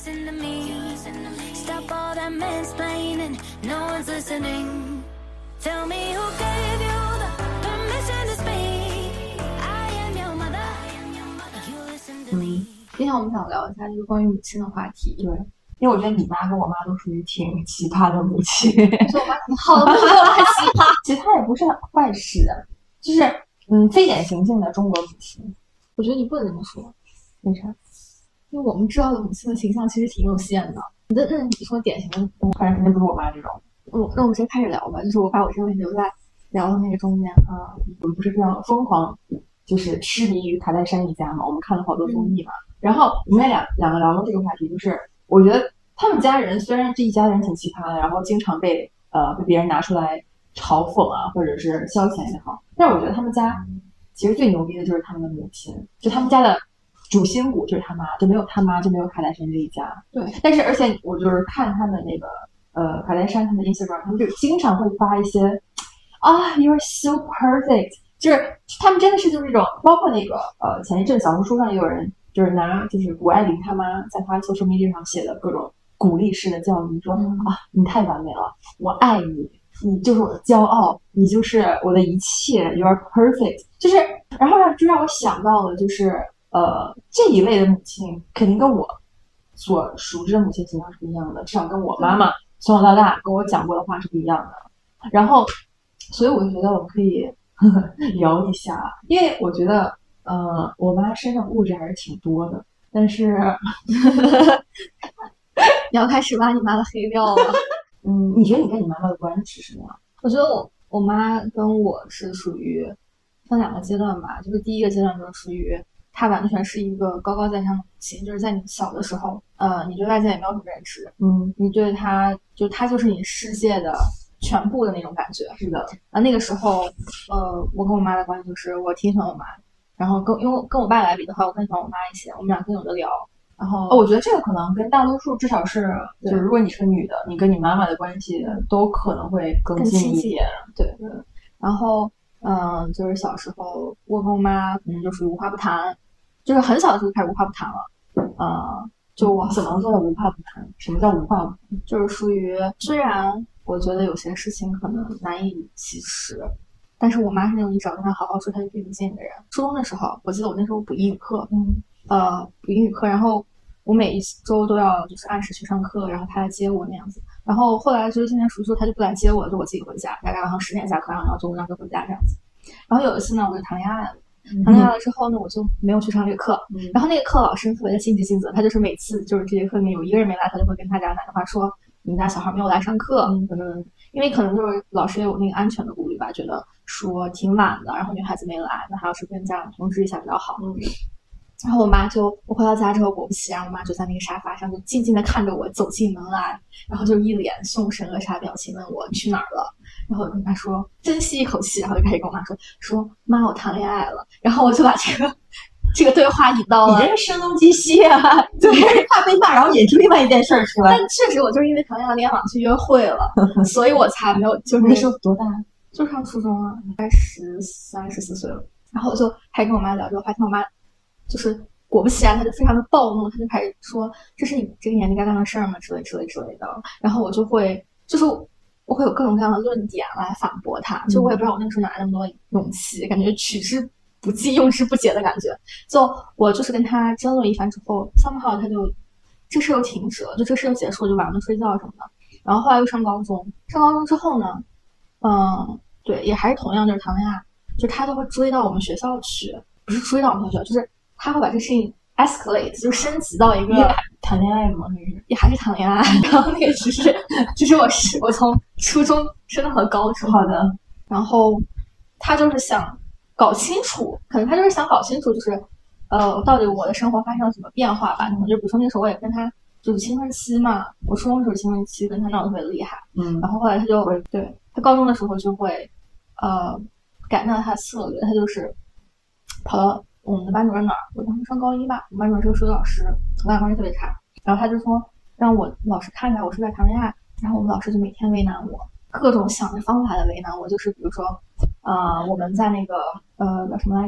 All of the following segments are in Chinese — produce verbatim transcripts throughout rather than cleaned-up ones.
listen to me. Stop all that mansplaining, no one's listening. Tell me who gave you the permission to speak. I am your mother, you listen to me. 今天我们想聊一下就是关于母亲的话题。 对，因为我觉得你妈跟我妈都属于挺奇葩的母亲。 说我妈挺好的，我妈奇葩， 奇葩也不是坏事，就是嗯非典型性的中国母亲。 我觉得你不能这么说。 为啥？ 因为我们知道的母亲的形象其实挺有限的。那那你说典型的， 反正肯定不是我妈这种。 我那我们直接开始聊吧，就是我把我这个问题留在聊的那个中间啊。我们不是非常疯狂，就是痴迷于卡戴珊一家嘛，我们看了好多综艺嘛。嗯、然后我们俩两个聊到这个话题，就是我觉得他们家人虽然这一家人挺奇葩的，然后经常被呃被别人拿出来嘲讽啊，或者是消遣也好，但是我觉得他们家其实最牛逼的就是他们的母亲，就他们家的主心骨就是他妈，就没有他妈就没有卡戴珊这一家。 对， 但是而且我就是看他们那个呃卡戴珊他们的 Instagram， 他们就经常会发一些啊 You're so perfect， 就是他们真的是就是这种，包括那个呃前一阵小红书上也有人就是拿就是谷爱凌他妈在他 social media 上写的各种鼓励式的教育，说、嗯、啊你太完美了，我爱你，你就是我的骄傲，你就是我的一切 You're perfect， 就是然后就让我想到了就是呃这一类的母亲肯定跟我所熟知的母亲形象是不一样的，至少跟我妈妈从小到大跟我讲过的话是不一样的。然后所以我就觉得我们可以呵呵聊一下，因为我觉得呃我妈身上物质还是挺多的，但是你要开始把你妈的黑掉了。 嗯，你觉得你跟你妈妈的关系是什么样？ 我觉得我我妈跟我是属于分两个阶段吧，就是第一个阶段就是属于她完全是一个高高在上的母亲，就是在你小的时候，呃，你对外界也没有什么认知， 嗯， 你对她就她就是你世界的全部的那种感觉。 是的， 啊，那个时候，呃，我跟我妈的关系就是我挺喜欢我妈，然后跟因为跟我爸来比的话，我更喜欢我妈一些，我们俩更有的聊。然后、 哦，我觉得这个可能跟大多数至少是，就是如果你是个女的，你跟你妈妈的关系都可能会更近一点。 对对。然后，嗯、呃，就是小时候我跟我妈可能就属于无话不谈，就是很小的时候就开始无话不谈了。呃，就我怎么做的无话不谈？什么叫无话不谈？ 就是属于虽然我觉得有些事情可能难以启齿，但是我妈是那种你只要跟她好好说，她就听不进的人。初中的时候，我记得我那时候补英语课， 嗯， 呃，补英语课，然后我每一周都要就是按时去上课，然后她来接我那样子。然后后来就是今年暑假她就不来接我，就我自己回家，大概晚上十点下课，然后中午让她回家这样子。然后有一次呢，我就谈恋爱了。谈恋爱了之后呢，我就没有去上这个课。嗯、然后那个课老师特别的尽职尽责，他就是每次就是这节课里面有一个人没来，他就会跟他家打电话说你们家小孩没有来上课。嗯嗯，因为可能就是老师也有那个安全的顾虑吧，觉得说挺晚的，然后女孩子没来，那还要是跟家长通知一下比较好。嗯。然后我妈就我回到家之后，果不其然，我妈就在那个沙发上就静静的看着我走进门来，然后就一脸凶神恶煞表情问我去哪儿了。然后我跟她说深吸一口气，然后就开始跟我妈说说妈我谈恋爱了。然后我就把这个这个对话引到了， 你这是声东击西啊，就是怕被骂，然后引出另外一件事儿出来。 但确实我就是因为谈恋爱，那天晚上去约会了，所以我才没有就是那时候多大？ 就上初中啊，应该十三十四岁了。然后我就还跟我妈聊这个话题，我妈就是果不其然，她就非常的暴怒，她就开始说这是你这个年龄该干的事儿吗？之类之类之类的。然后我就会就是我会有各种各样的论点来反驳她，就我也不知道我那个时候哪来那么多勇气，感觉取之不尽用之不竭的感觉。就我就是跟她争论一番之后 somehow 她就这事又停止了，就这事又结束了，就晚上睡觉什么的。然后后来又上高中，上高中之后呢，嗯，对，也还是同样就是谈恋爱，就她就会追到我们学校去，不是追到我们学校，就是她会把这事情 escalate， 就升级到一个谈恋爱吗？ 也还是谈恋爱。然后那个只是只是我是我从初中升到了高中。 好的。 然后她就是想搞清楚，可能她就是想搞清楚，就是呃，到底我的生活发生了什么变化吧。可能就比如说那时候我也跟她就是青春期嘛，我初中的时候青春期跟她闹得特别厉害，嗯，然后后来她就对她高中的时候就会呃改变了她的策略，她就是跑到我们的班主任那儿，我当时上高一吧，我们班主任是个数学老师，我俩关系特别差。然后他就说让我老师看一下我是不是在谈恋爱，然后我们老师就每天为难我，各种想着方法的为难我，就是比如说，呃，我们在那个呃叫什么来着，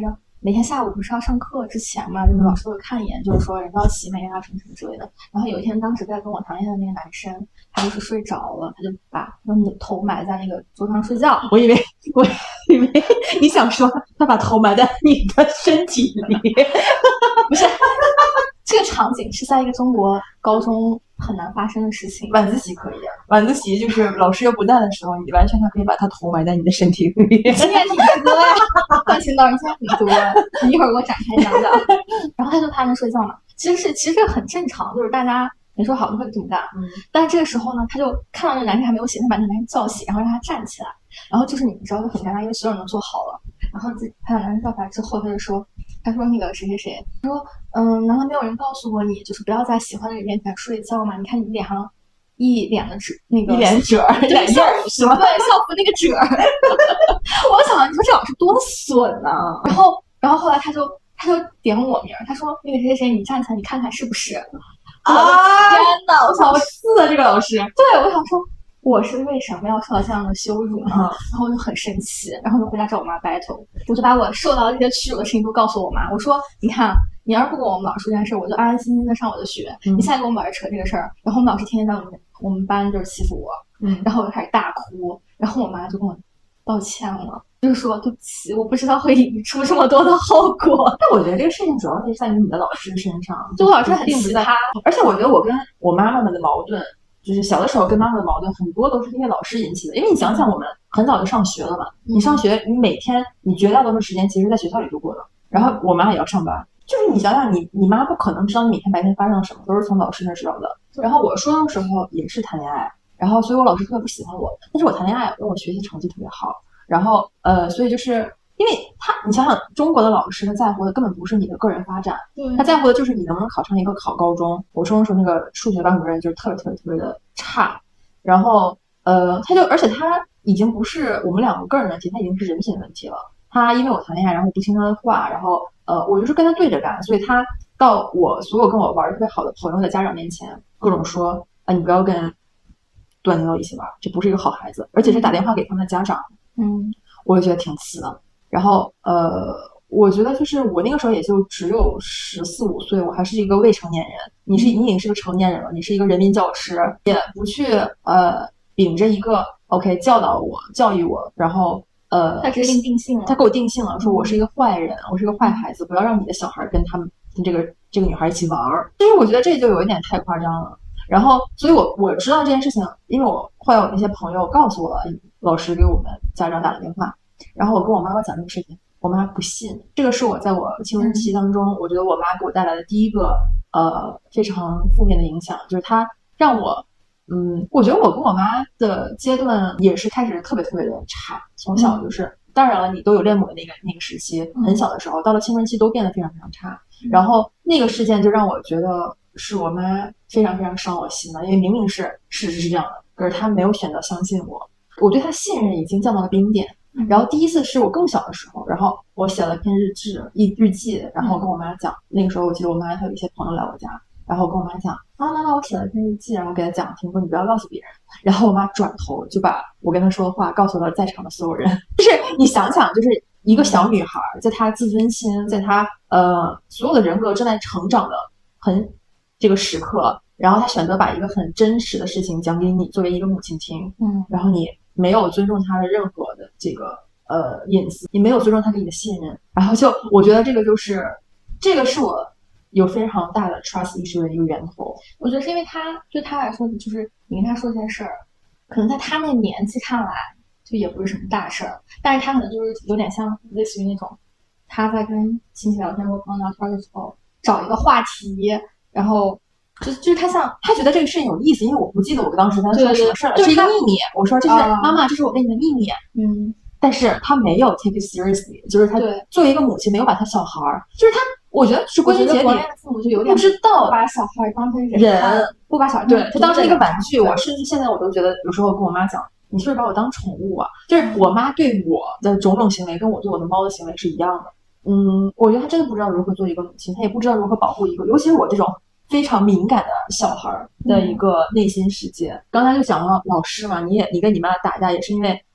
每天下午不是要上课之前嘛，就是老师会看一眼，就是说人都要齐眉啊什么什么之类的。然后有一天，当时在跟我谈恋爱的那个男生，他就是睡着了，他就把他的头埋在那个桌上睡觉。 我以为我以为你想说他把头埋在你的身体里， 不是。这个场景是在一个中国高中很难发生的事情。 晚自习可以，晚自习就是老师又不在的时候，你完全可以把他头埋在你的身体里。 经验挺多呀，范青导经验挺多呀，你一会儿给我展开讲讲。然后他就他们睡觉嘛，其实是其实很正常，就是大家没说好都会这么干。嗯，但是这个时候呢，他就看到那个男生还没有醒，他把那个男生叫醒，然后让他站起来。然后就是你知道就很尴尬，因为所有人都坐好了。然后他把男生叫起来之后，他就说，他说那个谁谁谁，他说嗯，难道没有人告诉过你，就是不要在喜欢的人面前睡觉吗？你看你脸上一脸的褶，那个一脸褶， 脸印儿是吧？对，校服那个褶。我想你说这老师多损啊！然后，然后后来他就他就点我名，他说那个谁谁谁，你站起来，你看看是不是？ 啊！天哪，我想我刺了这个老师。 对，我想说。我是为什么要受到这样的羞辱呢？然后我就很生气，然后就回家找我妈 battle， 我就把我受到的这些屈辱的事情都告诉我妈。我说，你看，你要是不跟我们老师说这件事，我就安安心心的上我的学。嗯、你现在跟我们老师扯这个事儿，然后我们老师天天在我们我们班就是欺负我，嗯，然后我就开始大哭，然后我妈就跟我道歉了，就是说对不起，我不知道会引出这么多的后果。 但我觉得这个事情主要是在于你的老师身上， 就我老师很奇葩， 而且我觉得我跟我妈妈们的矛盾。就是小的时候跟妈妈的矛盾很多都是因为老师引起的，因为你想想我们很早就上学了嘛，你上学你每天你绝大多数时间其实在学校里度过的，然后我妈也要上班，就是你想想你你妈不可能知道你每天白天发生了什么，都是从老师那知道的。然后我初中的时候也是谈恋爱，然后所以我老师特别不喜欢我，但是我谈恋爱因为我学习成绩特别好，然后呃所以就是因为他，你想想，中国的老师他在乎的根本不是你的个人发展，他在乎的就是你能不能考上一个好高中。我初中时候那个数学班主任就是特别特别特别的差，然后呃，他就而且他已经不是我们两个个人问题，他已经是人品的问题了。他因为我谈恋爱，然后不听他的话，然后呃，我就是跟他对着干，所以他到我所有跟我玩的特别好的朋友的家长面前，各种说啊，你不要跟段妞一起玩，这不是一个好孩子，而且是打电话给他们的家长，嗯，我就觉得挺次的。然后呃，我觉得就是我那个时候也就只有十四五岁，我还是一个未成年人。你是你已经是个成年人了，你是一个人民教师，也不去呃秉着一个 OK 教导我、教育我，然后呃， 他决定定性了， 他给我定性了，说我是一个坏人，我是一个坏孩子，不要让你的小孩跟他们跟这个这个女孩一起玩儿。其实我觉得这就有一点太夸张了。然后，所以我我知道这件事情，因为我后来有那些朋友告诉我，老师给我们家长打了电话。然后我跟我妈妈讲这个事情，我妈不信。这个是我在我青春期当中，我觉得我妈给我带来的第一个呃非常负面的影响，就是她让我，嗯，我觉得我跟我妈的阶段也是开始特别特别的差，从小就是，嗯、当然了，你都有恋母的那个那个时期，很小的时候，到了青春期都变得非常非常差。然后那个事件就让我觉得是我妈非常非常伤我心的，因为明明是事实是这样的，可是她没有选择相信我，我对她信任已经降到了冰点。然后第一次是我更小的时候，然后我写了一篇日志一日记，然后跟我妈讲，那个时候我记得我妈她有一些朋友来我家，然后我跟我妈讲啊妈妈我写了一篇日记，然后给她讲听说你不要告诉别人，然后我妈转头就把我跟她说的话告诉了在场的所有人。就是你想想，就是一个小女孩在她自尊心在她呃所有的人格正在成长的很这个时刻，然后她选择把一个很真实的事情讲给你作为一个母亲听，嗯，然后你没有尊重他的任何的这个呃隐私，你没有尊重他给你的信任，然后就我觉得这个就是这个是我有非常大的 trust issue 的一个源头。 我觉得是因为他对他来说，就是你跟他说这件事儿，可能在他那个年纪看来就也不是什么大事儿，但是他可能就是有点像类似于那种他在跟亲戚聊天或朋友聊天的时候找一个话题，然后。就就是他像他觉得这个事情有意思，因为我不记得我当时他说什么事儿了，是一个秘密。我说这是、uh, 妈妈，这是我跟你的秘密。嗯，但是他没有 take it seriously， 就是他作为一个母亲没有把他小孩儿，就是他，我觉得是归根结底， 父母就有点不知道把小孩当成人， 人不把小孩对他当成一个玩具。我甚至现在我都觉得，有时候跟我妈讲，你是不是把我当宠物啊？就是我妈对我的种种行为，跟我对我的猫的行为是一样的。嗯，我觉得他真的不知道如何做一个母亲，他也不知道如何保护一个，尤其是我这种非常敏感的小孩的一个内心世界。嗯、刚才就讲了老师嘛，你也你跟你妈打架也是因为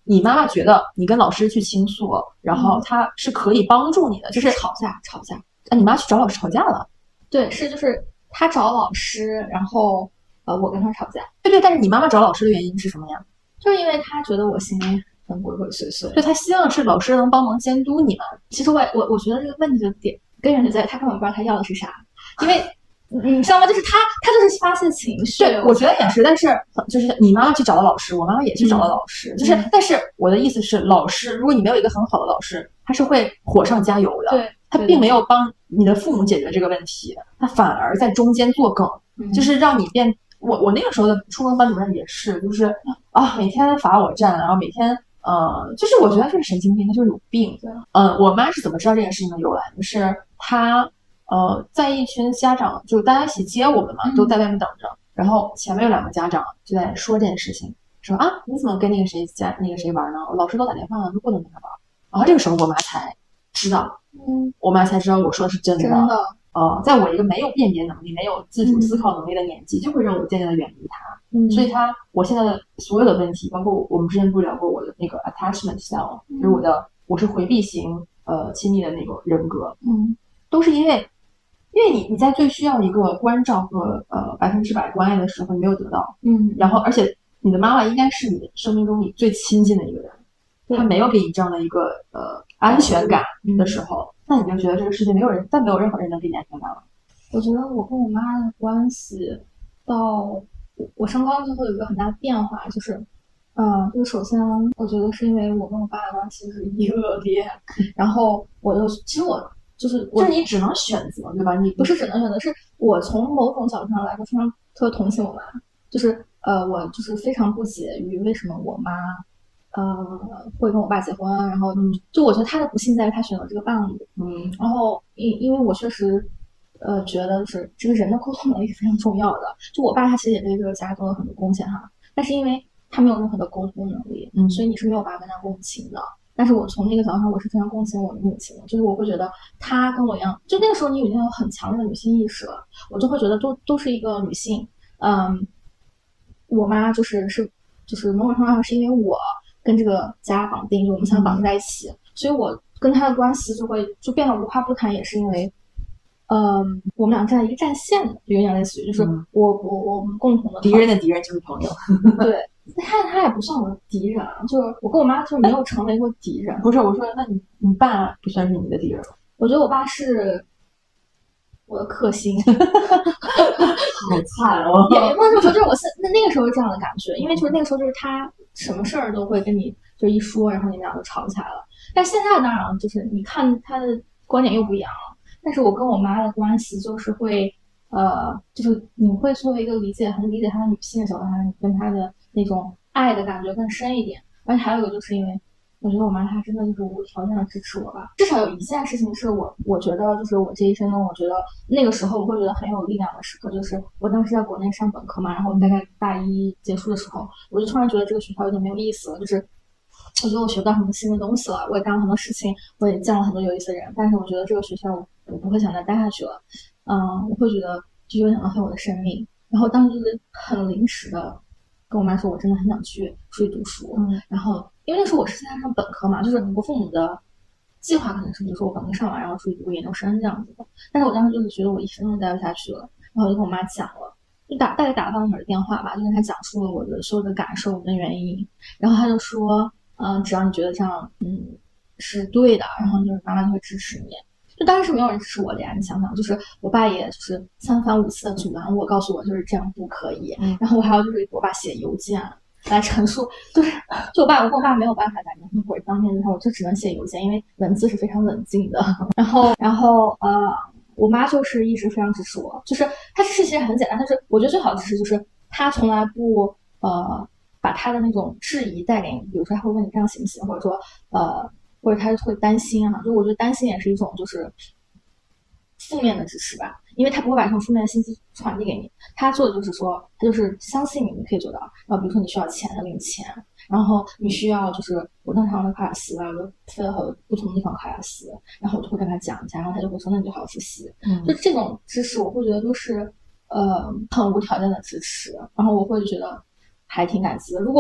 你妈妈觉得你跟老师去倾诉，然后她是可以帮助你的，就是吵架吵架。 啊，你妈去找老师吵架了？ 对，是就是她找老师，然后呃我跟她吵架。 对对，但是你妈妈找老师的原因是什么呀？ 就是因为她觉得我行为很鬼鬼祟祟， 对，她希望是老师能帮忙监督你们。 其实我我我觉得这个问题的点根源就在于她根本不知道她要的是啥，因为。你知道吗？就是他，他就是发泄情绪。 对，我觉得也是。但是，就是你妈妈去找了老师，我妈妈也去找了老师。嗯、就是，嗯、但是我的意思是，老师，如果你没有一个很好的老师，他是会火上加油的。 对， 他并没有帮你的父母解决这个问题，他反而在中间作梗，嗯、就是让你变。我我那个时候的初中班主任也是，就是啊，每天罚我站，然后每天呃，就是我觉得这是神经病，他就是有病。嗯、呃，我妈是怎么知道这件事情的由来？就是她。呃，在一群家长就大家一起接我们嘛，都在外面等着。嗯、然后前面有两个家长就在说这件事情，说啊，你怎么跟那个谁家那个谁玩呢？老师都打电话了，都不能跟他玩。然后这个时候我妈才知道，嗯，我妈才知道我说的是真的。 真的。 呃，在我一个没有辨别能力、没有自主思考能力的年纪，嗯、就会让我渐渐的远离他。嗯，所以他我现在的所有的问题，包括我们之前不是聊过我的那个 attachment style，、嗯、就是我的我是回避型呃亲密的那个人格，嗯，都是因为。因为你你在最需要一个关照和呃百分之百关爱的时候，你没有得到，嗯，然后而且你的妈妈应该是你生命中你最亲近的一个人，她没有给你这样的一个呃安全感的时候，嗯、那你就觉得这个世界没有人，但没有任何人能给你安全感了。 我觉得我跟我妈的关系到我升高之后有一个很大的变化，就是呃，就是首先我觉得是因为我跟我爸的关系是一恶劣，然后我就其实我。就是我， 就是你只能选择，对吧？你不是只能选择，是我从某种角度上来说非常特别同情我妈，就是呃，我就是非常不解于为什么我妈呃会跟我爸结婚，然后就我觉得她的不幸在于她选择这个伴侣，嗯，然后因因为我确实呃觉得就是这个人的沟通能力是非常重要的，就我爸他其实也对这个家做了很多贡献哈，但是因为他没有任何的沟通能力，嗯，所以你是没有办法跟他共情的。但是我从那个角度上，我是非常共情我的母亲的，就是我会觉得她跟我一样，就那个时候你已经有很强烈的女性意识了，我就会觉得都都是一个女性，嗯，我妈就是是就是某种程度上是因为我跟这个家绑定，就我们现在绑定在一起，嗯、所以我跟她的关系就会就变得无话不谈，也是因为，嗯，我们俩站在一个战线的，就有点类似于就是我、嗯、我我们共同的敌人的敌人就是朋友， 对。他他也不算我的敌人，就是我跟我妈就是没有成为过敌人。 不是，我说那你你爸不算是你的敌人？ 我觉得我爸是我的克星， 好惨哦！ 也也不能说，就是我现那那个时候是这样的感觉，因为就是那个时候就是他什么事儿都会跟你就一说，然后你们俩就吵起来了。但现在当然就是你看他的观点又不一样了，但是我跟我妈的关系就是会呃，就是你会作为一个理解很理解她的女性的角度上，跟她的那种爱的感觉更深一点。而且还有一个就是因为我觉得我妈她真的就是无条件的支持我吧。至少有一件事情是我我觉得就是我这一生中我觉得那个时候我会觉得很有力量的时刻，就是我当时在国内上本科嘛，然后大概大一结束的时候，我就突然觉得这个学校有点没有意思了，就是我觉得我学不到什么新的东西了，我也干了很多事情，我也见了很多有意思的人，但是我觉得这个学校我不会想再待下去了。嗯，我会觉得就有点浪费我的生命。然后当时就是很临时的跟我妈说，我真的很想去出去读书。嗯，然后因为那时候我是现在上本科嘛，就是我父母的计划可能是，比如说我本科上完，然后出去读研究生这样子的。但是我当时就是觉得我一分钟待不下去了，然后我就跟我妈讲了，就打大概打了半个小时电话吧，就跟她讲述了我的所有的感受跟原因。然后她就说，嗯、呃，只要你觉得这样，嗯，是对的，然后就是妈妈就会支持你。就当然是没有人支持我的呀，你想想，就是我爸也就是三番五次的阻拦我，告诉我就是这样不可以，嗯、然后我还要就是我爸写邮件来陈述，就是就我爸我跟我爸没有办法打电话或者当面，然后我就只能写邮件，因为文字是非常冷静的。然后然后呃，我妈就是一直非常支持我，就是她支持其实很简单，但是我觉得最好的支持就是她从来不呃把她的那种质疑带给你，比如说她会问你这样行不行，或者说呃。或者他会担心啊，就我觉得担心也是一种就是负面的支持吧，因为他不会把这种负面的信息传递给你，他做的就是说他就是相信你，你可以做到。然后比如说你需要钱，他给你钱，然后你需要就是我正常的卡雅斯吧，我飞了好多不同的地方卡雅斯，然后我就会跟他讲一下，然后他就会说那你就好好复习。嗯，就这种支持我会觉得都是呃很无条件的支持，然后我会觉得还挺感激的。如果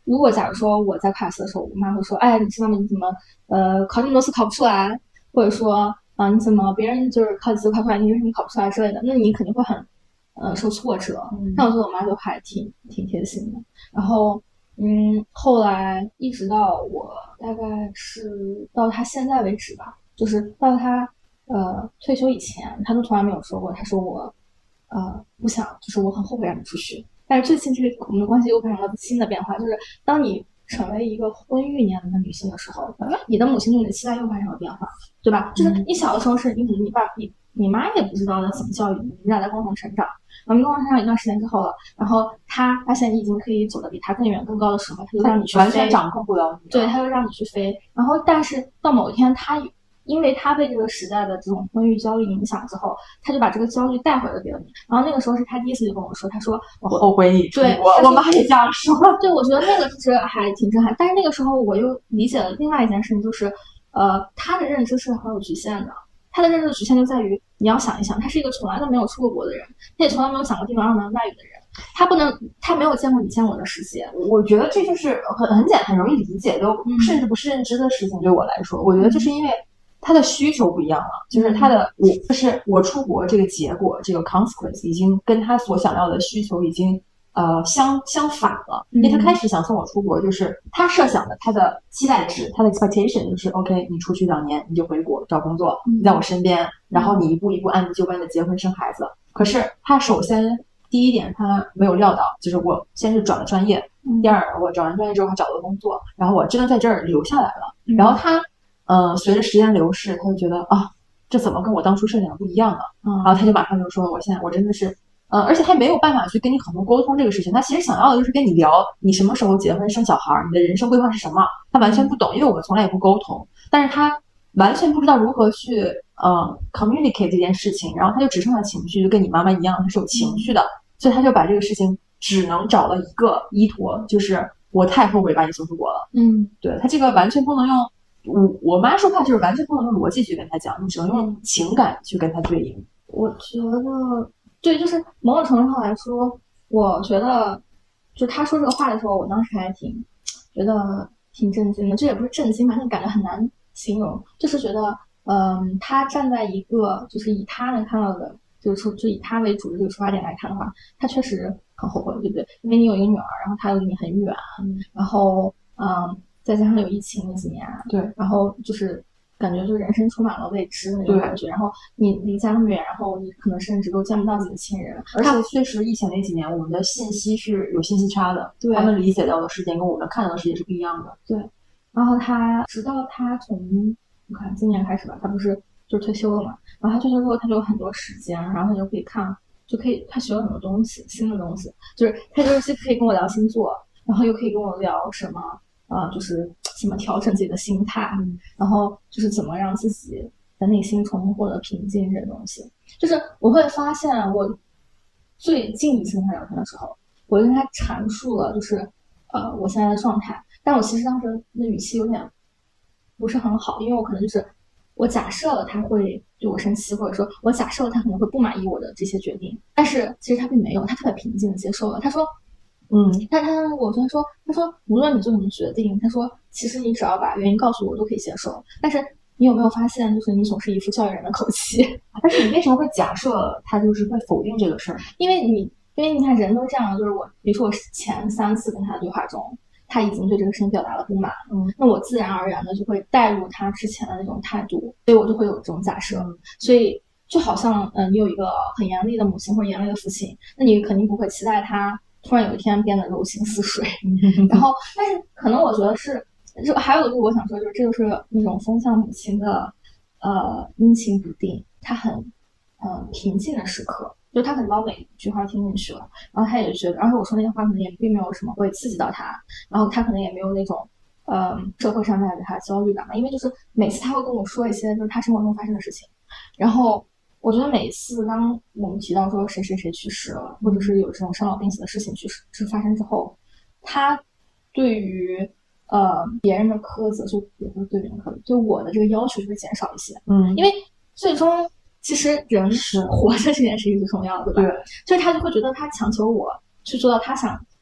如果假如说我在考试的时候，我妈会说，哎，你知道吗？你怎么呃考这么多次考不出来？或者说啊、呃，你怎么别人就是考几次考出来，你为什么考不出来之类的？那你肯定会很呃受挫折。那、嗯、我觉得我妈就还挺挺贴心的。然后嗯，后来一直到我大概是到她现在为止吧，就是到她呃退休以前，她都从来没有说过，她说我呃不想，就是我很后悔让你出去。但是最近这个我们的关系又发生了新的变化，就是当你成为一个婚育年龄的女性的时候，你的母亲对你的期待又发生了变化，对吧？就是你小的时候是你可能你爸你你妈也不知道要怎么教育你，你们俩在共同成长，我们共同成长一段时间之后了，然后他发现你已经可以走得比他更远更高的时候，他就让你去飞， 完全掌控不了你， 对，他就让你去飞。然后但是到某一天他因为他被这个时代的这种婚育焦虑影响之后，他就把这个焦虑带回了给了你。然后那个时候是他第一次就跟我说，他说我后悔你出对， 我妈也这样说。 对，我觉得那个其实还挺震撼。但是那个时候我又理解了另外一件事情，就是呃，他的认知是很有局限的。他的认知的局限就在于你要想一想，他是一个从来都没有出过国的人，他也从来没有讲过地方上的外语的人，他不能，他没有见过你见过的世界。 我觉得这就是很很简单、很容易理解，都甚至不是认知的事情。对我来说，我觉得就是因为他的需求不一样了，就是他的我就是我出国这个结果，这个 consequence 已经跟他所想要的需求已经呃相相反了。因为他开始想送我出国，就是他设想的他的期待值，他的 expectation 就是 OK， 你出去两年你就回国找工作，你在我身边，然后你一步一步按部就班的结婚生孩子。可是他首先第一点他没有料到，就是我先是转了专业，第二我转完专业之后还找了工作，然后我真的在这儿留下来了，然后他嗯、呃，随着时间流逝，他就觉得啊，这怎么跟我当初设想的不一样了？嗯，然后他就马上就说，我现在我真的是，呃，而且他没有办法去跟你很多沟通这个事情。他其实想要的就是跟你聊你什么时候结婚生小孩，你的人生规划是什么。他完全不懂，因为我们从来也不沟通。但是他完全不知道如何去呃 communicate 这件事情，然后他就只剩下情绪，就跟你妈妈一样，他是有情绪的，所以他就把这个事情只能找了一个依托，就是我太后悔把你送出国了。 嗯， 对，他这个完全不能用。我我妈说话就是完全不能用逻辑去跟他讲，你只能用情感去跟他对应。 我觉得对，就是某种程度上来说，我觉得就他说这个话的时候，我当时还挺觉得挺震惊的。这也不是震惊吧，那感觉很难形容，就是觉得嗯，他站在一个就是以他能看到的，就是说就以他为主的这个出发点来看的话，他确实很后悔，对不对？因为你有一个女儿，然后他又离你很远，然后嗯。再加上有疫情那几年， 对， 然后就是感觉就人生充满了未知的那种感觉。然后你离家那么远，然后你可能甚至都见不到自己的亲人。 而且确实疫情那几年，我们的信息是有信息差的， 对， 他们理解到的世界跟我们看到的世界是不一样的。 对，然后他直到他从我看今年开始吧，他不是就退休了嘛？然后他退休之后，他就有很多时间，然后他就可以看，就可以他学了很多东西，新的东西，就是他就是既可以跟我聊星座，然后又可以跟我聊什么。啊、呃，就是怎么调整自己的心态，嗯、然后就是怎么让自己的内心重新获得平静，这个东西。就是我会发现，我最近一次跟他聊天的时候，我跟他阐述了，就是呃我现在的状态，但我其实当时的语气有点不是很好，因为我可能就是我假设了他会对我生气，或者说我假设了他可能会不满意我的这些决定，但是其实他并没有，他特别平静的接受了。他说。嗯，但他我跟他说，他说无论你做什么决定，他说其实你只要把原因告诉我，我都可以接受。但是你有没有发现，就是你总是一副教育人的口气？ 但是你为什么会假设他就是会否定这个事儿？ 因为你，因为你看人都这样，就是我，比如说我前三次跟他的对话中，他已经对这个事情表达了不满，嗯，那我自然而然的就会带入他之前的那种态度，所以我就会有这种假设，嗯、所以就好像嗯、呃，你有一个很严厉的母亲或者严厉的父亲，那你肯定不会期待他。突然有一天变得柔情似水，然后，但是可能我觉得是，就还有一个我想说，就是这就是那种风向母亲的，呃，阴晴不定，他很，呃，平静的时刻，就他可能把每一句话听进去了，然后他也觉得，而且我说那些话可能也并没有什么会刺激到他，然后他可能也没有那种，呃，社会上带给他的焦虑感吧，因为就是每次他会跟我说一些就是他生活中发生的事情，然后。我觉得每一次当我们提到说谁谁谁去世了，或者是有这种生老病死的事情去世是发生之后，他对于呃别人的苛责，就也不是对别人苛责，对我的这个要求就会减少一些。嗯，因为最终其实人是活着这件事情最重要的，对吧？对，就是他就会觉得他强求我去做到他想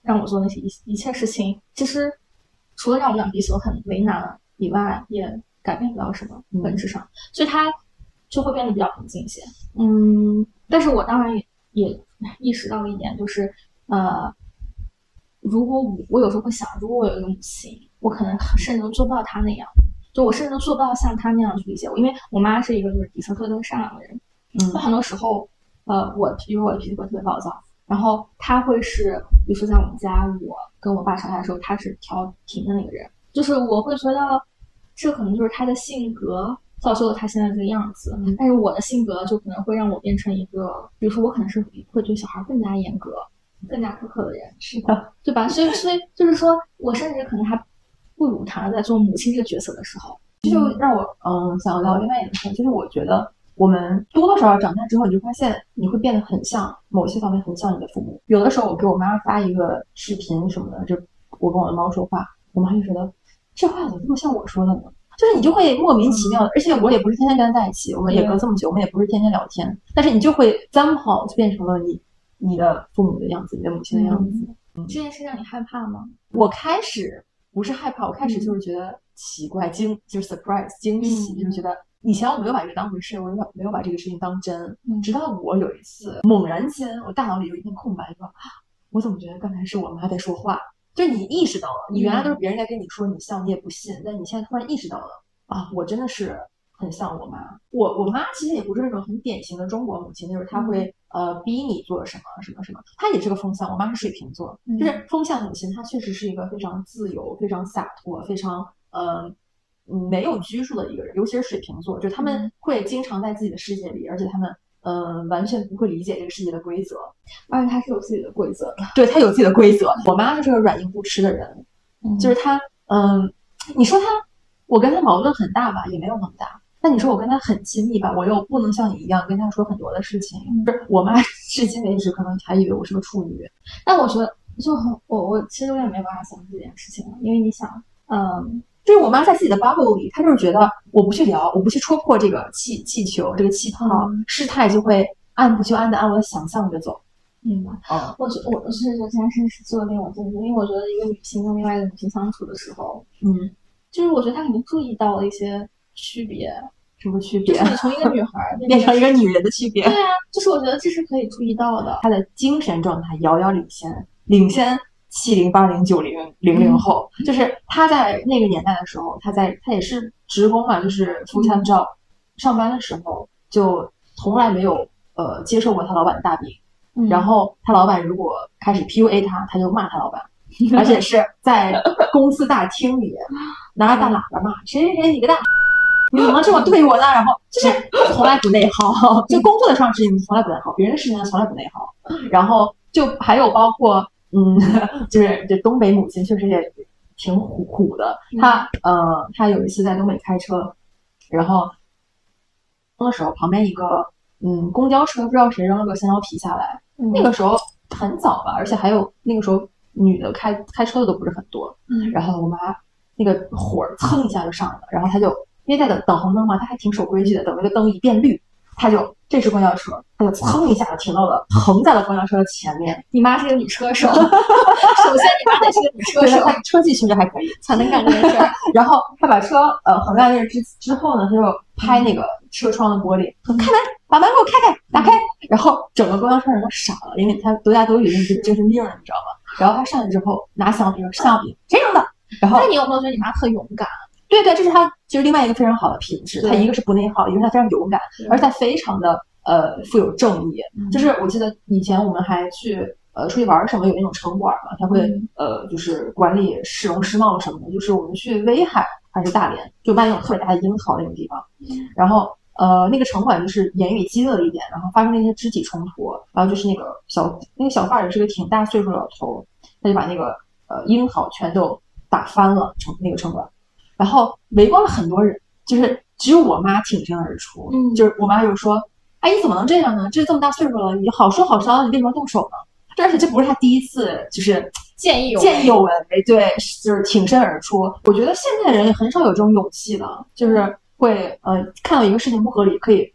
让我做那些一一切事情，其实除了让我们俩彼此都很为难以外，也改变不了什么本质上，所以他就会变得比较平静一些。嗯，但是我当然也也意识到了一点，就是呃，如果我我有时候会想，如果我有一个母亲，我可能甚至做不到他那样，就我甚至做不到像他那样去理解我，因为我妈是一个就是底层特别善良的人，嗯，很多时候，呃，我比如我的脾气会特别暴躁，然后他会是，比如说在我们家，我跟我爸吵架的时候，他是调停的那个人，就是我会觉得这可能就是他的性格造就了他现在这个样子，嗯，但是我的性格就可能会让我变成一个，比如说我可能是会对小孩更加严格、更加苛刻的人，是的，对吧？所以，所以就是说我甚至可能还不如他在做母亲这个角色的时候， 这就让我嗯想聊另外一个事，就是我觉得我们多多少少长大之后，你就发现你会变得很像某些方面很像你的父母。有的时候我给我妈发一个视频什么的，就我跟我的猫说话，我妈就觉得这话怎么这么像我说的呢？就是你就会莫名其妙的，而且我也不是天天跟他在一起，我们也隔这么久，我们也不是天天聊天，但是你就会 somehow 就变成了你你的父母的样子，你的母亲的样子。 嗯，这件事让你害怕吗？ 我开始不是害怕，我开始就是觉得奇怪、惊，就是 surprise 惊喜，嗯，就是觉得以前我没有把这个当回事，我没有把这个事情当真，嗯，直到我有一次猛然间，我大脑里有一片空白，说我怎么觉得刚才是我妈在说话？就是你意识到了，你原来都是别人在跟你说你像，你也不信，但你现在突然意识到了啊，我真的是很像我妈。我我妈其实也不是那种很典型的中国母亲，就是她会呃逼你做什么什么什么，她也是个风象。我妈是水瓶座，就是风象母亲，她确实是一个非常自由、非常洒脱、非常呃没有拘束的一个人，尤其是水瓶座，就他们会经常在自己的世界里，而且他们嗯、呃，完全不会理解这个世界的规则， 而且他是有自己的规则的。 对，他有自己的规则。我妈就是个软硬不吃的人，嗯、就是她，嗯，你说她，我跟她矛盾很大吧，也没有那么大。但你说我跟她很亲密吧，我又不能像你一样跟她说很多的事情。嗯、我妈至今为止可能还以为我是个处女。 但我觉得，就很我我其实我也没办法想这件事情了，因为你想，嗯。 就是我妈在自己的 bubble 里，她就是觉得我不去聊，我不去戳破这个气气球，这个气泡，嗯、事态就会按部就班的按我的想象着走。 明白。嗯，我觉我是觉得这件事是做令我震惊，因为我觉得一个女性跟另外一个女性相处的时候，嗯，就是我觉得她肯定注意到了一些区别。 什么区别？ 就是你从一个女孩变成一个女人的区别。 对啊，就是我觉得这是可以注意到的。 她的精神状态遥遥领先，领先。七零八零九零零零后，嗯、就是他在那个年代的时候，他在他也是职工嘛，就是 full time job，嗯、上班的时候就从来没有呃接受过他老板的大饼，嗯、然后他老板如果开始 P U A 他，他就骂他老板，而且是在公司大厅里拿着大喇叭骂谁谁谁你个大，你怎么能这么对我呢？然后就是从来不内耗，就工作的上事情从来不内耗，别人的事情从来不内耗，然后就还有包括。嗯，就是这东北母亲确实也挺虎虎的。她呃，她有一次在东北开车，然后那时候旁边一个嗯公交车不知道谁扔了个香蕉皮下来，嗯、那个时候很早吧，而且还有那个时候女的开开车的都不是很多。嗯，然后我妈那个火蹭一下就上来了，然后她就因为在等等红灯嘛，她还挺守规矩的，等那个灯一变绿。他就这是公交车，他就噌一下停到了，横在了公交车的前面。 你妈是个女车手，首先你妈得是个女车手， 她车技确实还可以， 才能干这件事儿。 然后他把车呃横在那之之后呢，他就拍那个车窗的玻璃，说开门，把门给我开开，打开。然后整个公交车人都傻了，因为他大家都以为是精神病了，你知道吗？然后他上去之后拿香槟，香槟谁扔的？然后那你有没有觉得你妈特勇敢？ 对对，这是他就是另外一个非常好的品质。他一个是不内耗，一个是他非常勇敢，而且他非常的呃富有正义。嗯、就是我记得以前我们还去呃出去玩什么，有那种城管嘛，他会、嗯、呃就是管理市容市貌什么的。就是我们去威海还是大连，就卖那种特别大的樱桃那种地方，嗯、然后呃那个城管就是言语激烈了一点，然后发生了一些肢体冲突，然后就是那个小那个小贩也是个挺大岁数的老头，他就把那个呃樱桃全都打翻了，城那个城管。然后围观了很多人，就是只有我妈挺身而出，嗯，就是我妈就说：“阿姨怎么能这样呢？这这么大岁数了，你好说好商量，你为什么动手呢？”而且这不是她第一次，就是见义勇见义勇为，对，就是挺身而出。我觉得现在人也很少有这种勇气了，就是会呃看到一个事情不合理，可以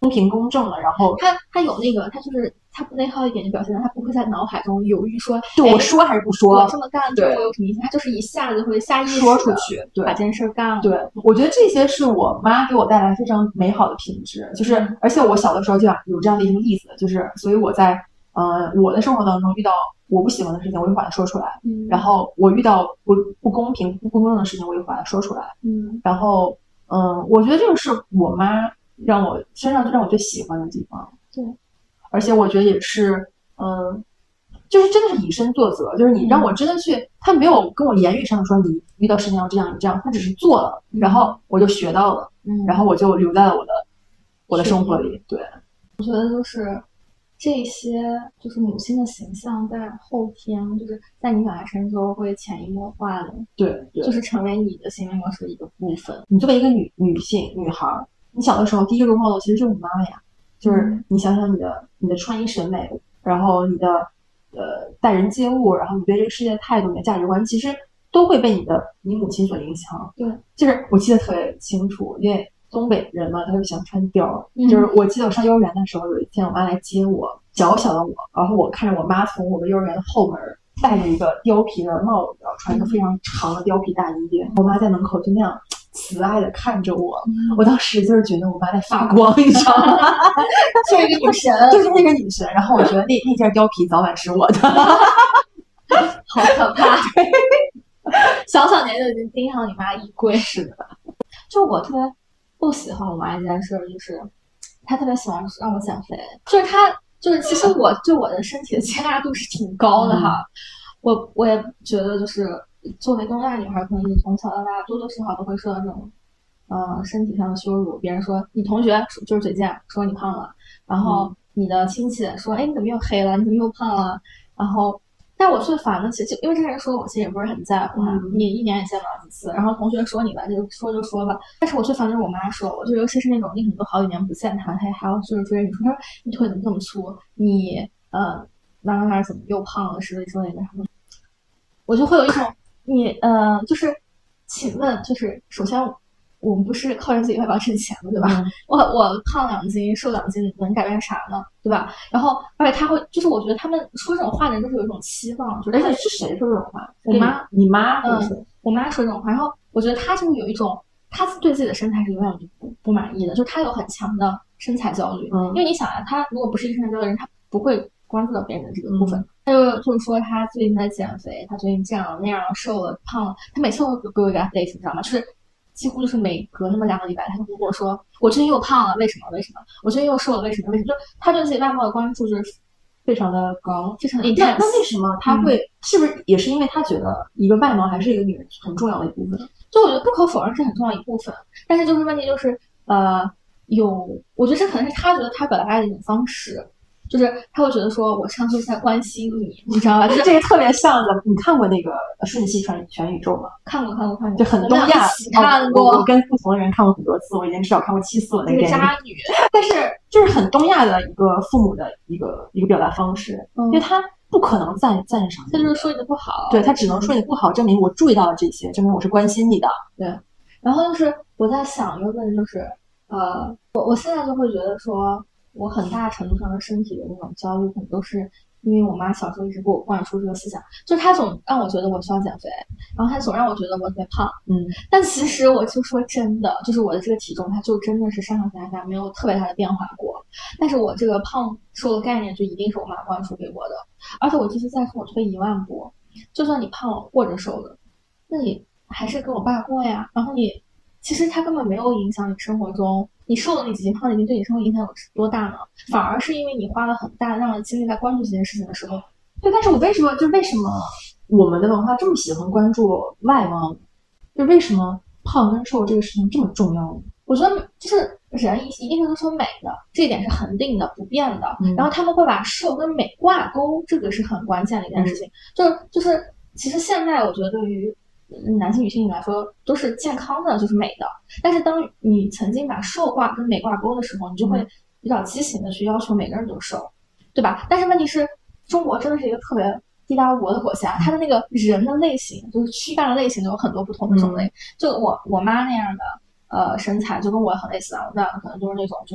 公平公正的，然后他他有那个，他就是他不内耗一点，就表现他不会在脑海中犹豫说， 对我说还是不说， 我这么干对我有什么影响？他就是一下子会下意识说出去，对， 把这件事干了。 对，我觉得这些是我妈给我带来非常美好的品质，就是而且我小的时候就有这样的一个例子，就是所以我在呃我的生活当中遇到我不喜欢的事情，我就把它说出来， 嗯， 然后我遇到不不公平不公正的事情，我就把它说出来， 嗯， 然后嗯，我觉得这个是我妈让我身上让我最喜欢的地方， 对， 而且我觉得也是嗯。就是真的是以身作则，就是你让我真的去，嗯、他没有跟我言语上说你遇到事情要这样你这样，他只是做了， 嗯、 然后我就学到了， 嗯， 然后我就留在了我的我的生活里。对， 我觉得就是这些就是母亲的形象在后天就是在你长大成之后会潜移默化的， 对，对， 就是成为你的行为模式的一个部分。 你作为一个女女性女孩，你小的时候第一个 role model 其实就是你妈妈呀，就是你想想你的你的穿衣审美，然后你的。呃，待人接物，然后你对这个世界的态度、你的价值观，其实都会被你的你母亲所影响。 对， 就是我记得特别清楚，因为东北人嘛，他就喜欢穿貂。 嗯、 就是我记得我上幼儿园的时候，有一天我妈来接我，小小的我，然后我看着我妈从我们幼儿园的后门戴着一个貂皮的帽子，然后穿一个非常长的貂皮大衣，我妈在门口就那样慈爱的看着我， 嗯、 我当时就是觉得我妈在发光，你知道吗？ 就是一个女神， 就是那个女神。然后我觉得那那件貂皮早晚是我的， 好可怕！小小年就已经盯上你妈衣柜。 是的， 就我特别不喜欢我妈一件事，就是她特别喜欢让我减肥，就是她就是其实我对我的身体的接纳度是挺高的哈，嗯、我我也觉得就是作为东亚女孩，可能你从小到大多多少少都会受到这种。呃，身体上的羞辱，别人说你同学就是嘴贱，说你胖了，然后你的亲戚说，哎，你怎么又黑了？你怎么又胖了？然后，但我最烦的其实因为这人说我其实也不是很在乎哈，嗯、你一年也见不了几次，然后同学说你吧，就说就说吧。但是我最烦的是我妈说我，就尤其是那种你很多好几年不见她，她还要就是追着你说，她说你腿怎么这么粗？你呃哪哪哪怎么又胖了？是说那个什么？我就会有一种你呃，就是请问，就是首先。我们不是靠着自己外表挣钱的，对吧？嗯、我我胖两斤，瘦两斤，能改变啥呢？对吧？然后，而且他会，就是我觉得他们说这种话的人都是有一种期望，就是。 而且是谁说这种话？ 我妈， 你妈， 嗯，我妈说这种话。然后我觉得她就是有一种，她对自己的身材是永远不不满意的，就是她有很强的身材焦虑。 嗯， 因为你想啊，她如果不是一个身材焦虑的人，她不会关注到别人的这个部分。她、嗯、就就是说，她最近在减肥，她最近这样那样瘦了胖了，她每次都给我一个 update，你知道吗？就是。几乎就是每隔那么两个礼拜，他就跟我说：“我最近又胖了，为什么？为什么？我最近又瘦了，为什么？为什么？”就他对自己外貌的关注就是非常的高，非常的 intense。 那为什么他会？嗯、是不是也是因为他觉得一个外貌还是一个女人很重要的一部分？ 就我觉得不可否认是很重要一部分，但是就是问题就是呃，有我觉得这可能是他觉得他表达爱的一种方式。就是他会觉得说，我上次在关心你，你知道吧？就是这个特别像的。你看过那个《瞬息全全宇宙》吗？ 看过，看过，看过。 就很东亚， 看过、 哦我。我跟不同的人看过很多次，我已经至少看过七次了。那个渣女， 但是就是很东亚的一个父母的一个一个表达方式， 嗯、 因为他不可能赞赞赏你， 他就是说你的不好， 对他只能说你不好，证明我注意到了这些，证明我是关心你的。 对。然后就是我在想一个问题，就是呃，我我现在就会觉得说。我很大程度上的身体的那种焦虑，可能都是因为我妈小时候一直给我灌输这个思想，就是她总让我觉得我需要减肥，然后她总让我觉得我特别胖， 嗯， 但其实我就说真的，就是我的这个体重，它就真的是上上下下没有特别大的变化过，但是我这个胖瘦的概念就一定是我妈灌输给我的，而且我就是再说我退一万步，就算你胖或者瘦了，那你还是跟我爸过呀，然后你其实它根本没有影响你生活中。你瘦了那几斤，胖了几斤，对你生活影响有多大呢？反而是因为你花了很大量的精力在关注这件事情的时候， 对。但是我为什么就为什么我们的文化这么喜欢关注外貌？就为什么胖跟瘦这个事情这么重要呢？ 我觉得就是人一定是追求美的，这一点是恒定的、不变的。 嗯、 然后他们会把瘦跟美挂钩，这个是很关键的一件事情。嗯、就是就是，其实现在我觉得对于。男性女性来说都是健康的，就是美的。但是当你曾经把瘦挂跟美挂钩的时候，你就会比较畸形的去要求每个人都瘦，对吧？但是问题是，中国真的是一个特别地大物博的国家，它的那个人的类型，就是躯干的类型有很多不同的种类。 嗯、 就我我妈那样的呃身材，就跟我很类似啊。我们俩可能都是那种就是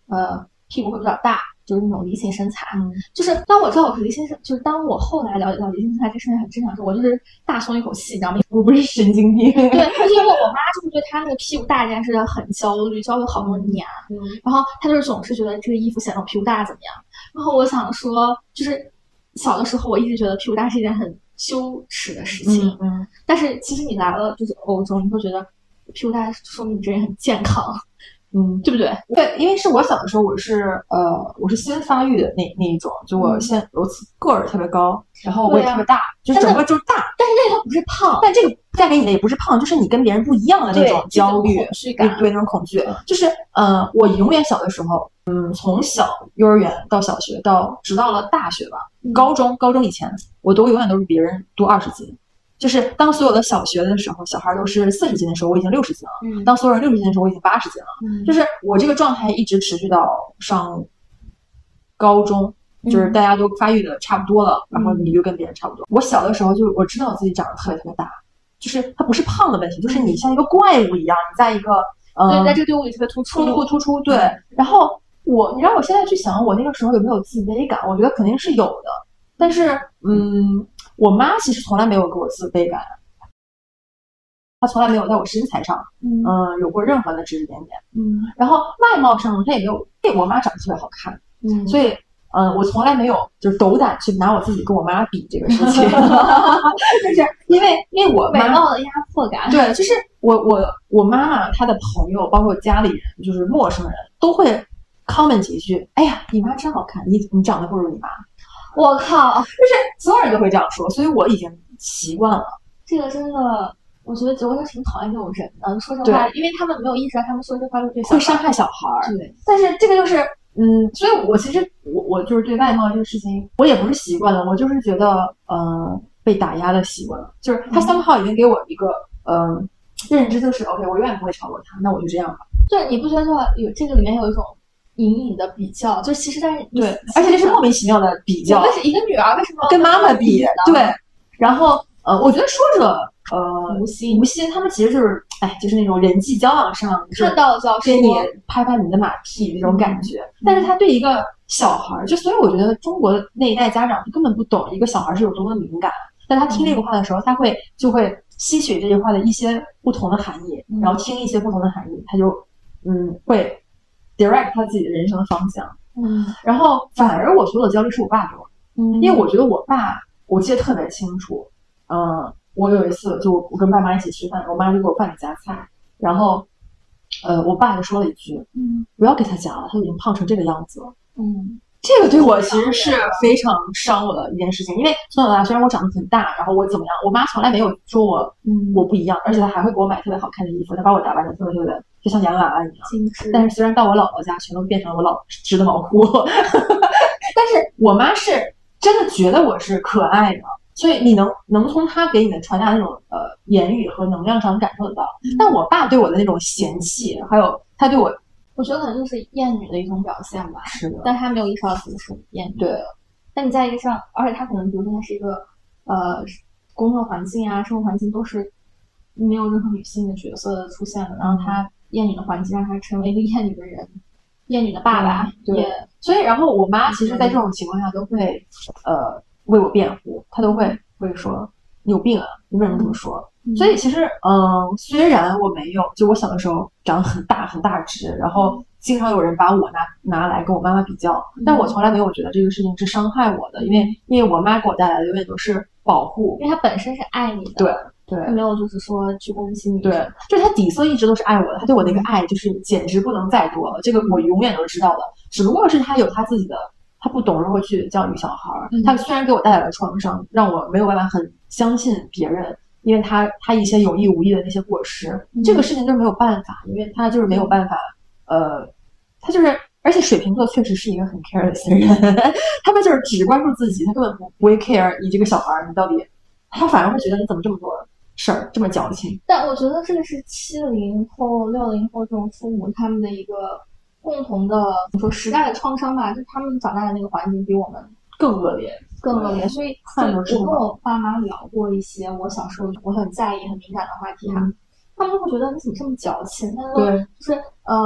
呃屁股会比较大，就是那种梨形身材。 嗯， 就是当我知道我是梨形身，就是当我后来了解到梨形身材这事情很正常的时候，我就是大松一口气，你知道吗？ 我不是神经病。 对，就是因为我妈就是对她那个屁股大这件事很焦虑，焦虑好多年。 嗯， 然后她就是总是觉得这个衣服显得我屁股大怎么样。然后我想说，就是小的时候我一直觉得屁股大是一件很羞耻的事情。 嗯嗯， 但是其实你来了就是欧洲，你会觉得屁股大说明你这人很健康。 嗯， 对不对？ 对，因为是我小的时候，我是呃，我是先发育的那那一种，就我先我个儿特别高，然后我也特别大，啊、就是整个就是大。 但是那个不是胖， 但这个带给你的也不是胖，就是你跟别人不一样的那种焦虑、 恐惧感， 对那种恐惧。就是呃，我永远小的时候，嗯，从小幼儿园到小学到直到了大学吧， 嗯、 高中高中以前，我都永远都是别人多二十斤。就是当所有的小学的时候，小孩都是四十斤的时候，我已经六十斤了。 嗯， 当所有人六十斤的时候，我已经八十斤了。 嗯， 就是我这个状态一直持续到上高中，就是大家都发育的差不多了，嗯、然后你就跟别人差不多。我小的时候就我知道我自己长得特别特别大，就是它不是胖的问题，就是你像一个怪物一样，你在一个呃，对，在这个队伍里特别突出， 突突突出。对，然后我你让我现在去想，我那个时候有没有自卑感？我觉得肯定是有的，但是嗯。我妈其实从来没有给我自卑感，她从来没有在我身材上，嗯、呃，有过任何的指指点点，嗯，然后外貌上她也没有，因为我妈长得特别好看，嗯，所以，嗯、呃，我从来没有就是斗胆去拿我自己跟我妈比这个事情，就是因为因为我美貌的压迫感， 对，就是我我我妈妈她的朋友，包括家里人，就是陌生人都会 comment 几句，哎呀，你妈真好看，你你长得不如你妈。 我靠， 就是所有人都会这样说，所以我已经习惯了。 这个真的，我觉得我就挺讨厌这种人的。说实话，因为他们没有意识到他们说这话会对会伤害小孩。 对， 但是这个就是，嗯，所以我其实我我就是对外貌这个事情，我也不是习惯了，我就是觉得，呃，被打压的习惯了。就是他somehow已经给我一个，嗯、呃，认知，就是 OK， 我永远不会超过他，那我就这样吧。 对，你不觉得说有这个里面有一种隐隐的比较，就其实在对，而且这是莫名其妙的比较。 为什一个女儿为什么跟妈妈比？对，然后呃，我觉得说者呃无心无心，他们其实就是哎，就是那种人际交往上看到就要跟你拍拍你的马屁这种感觉。嗯、但是他对一个小孩，就所以我觉得中国那一代家长根本不懂一个小孩是有多么敏感。但他听这个话的时候，他会就会吸取这句话的一些不同的含义， 嗯、 然后听一些不同的含义，他就嗯会。direct 他自己的人生方向， 嗯， 然后反而我所有的焦虑是我爸给我， 嗯， 因为我觉得我爸，我记得特别清楚，嗯、呃，我有一次就我跟爸妈一起吃饭，我妈就给我饭里夹菜，然后，呃，我爸就说了一句， 嗯， 不要给他夹了，他已经胖成这个样子了， 嗯， 这个对我其实是非常伤我的一件事情，因为从小到大虽然我长得很大，然后我怎么样，我妈从来没有说我，嗯，我不一样，而且她还会给我买特别好看的衣服，她把我打扮得特别特别的。就像洋娃娃一样，但是虽然到我姥姥家，全都变成了我姥织的毛裤，但是我妈是真的觉得我是可爱的，所以你能能从她给你的传达那种呃言语和能量上感受得到。嗯、但我爸对我的那种嫌弃，还有他对我， 我觉得可能就是厌女的一种表现吧。 是的， 但他没有意识到自己是厌女。 对， 但你在一个上，而且他可能比如说他是一个呃工作环境啊、生活环境都是没有任何女性的角色出现的，然后他。厌女的环境让他成为一个厌女的人，厌女的爸爸， 嗯、对，所以然后我妈其实，在这种情况下都会，呃，为我辩护，她都会会说你有病啊，你为什么这么说？嗯、所以其实，嗯、呃，虽然我没有，就我小的时候长得很大很大只，然后经常有人把我拿拿来跟我妈妈比较，但我从来没有觉得这个事情是伤害我的，因为因为我妈给我带来的永远都是保护， 因为她本身是爱你的， 对。对， 他没有就是说去攻击你， 对，就是他底色一直都是爱我的，他对我那个爱就是简直不能再多了，这个我永远都知道的。只不过是他有他自己的，他不懂如何去教育小孩。嗯、他虽然给我带来了创伤，让我没有办法很相信别人，因为他他一些有意无意的那些过失，嗯、这个事情就没有办法，因为他就是没有办法，呃，他就是。而且水瓶座确实是一个很 careless 的人，他们就是只关注自己，他根本不不会 care 你这个小孩你到底，他反而会觉得你怎么这么多事儿这么矫情。 但我觉得这个是七零后、六零后这种父母他们的一个共同的，怎么说时代的创伤吧，就是他们长大的那个环境比我们更恶劣， 更恶劣。所以，我跟我爸妈聊过一些我小时候我很在意、很敏感的话题哈，嗯、他们就会觉得你怎么这么矫情？他说，就是呃。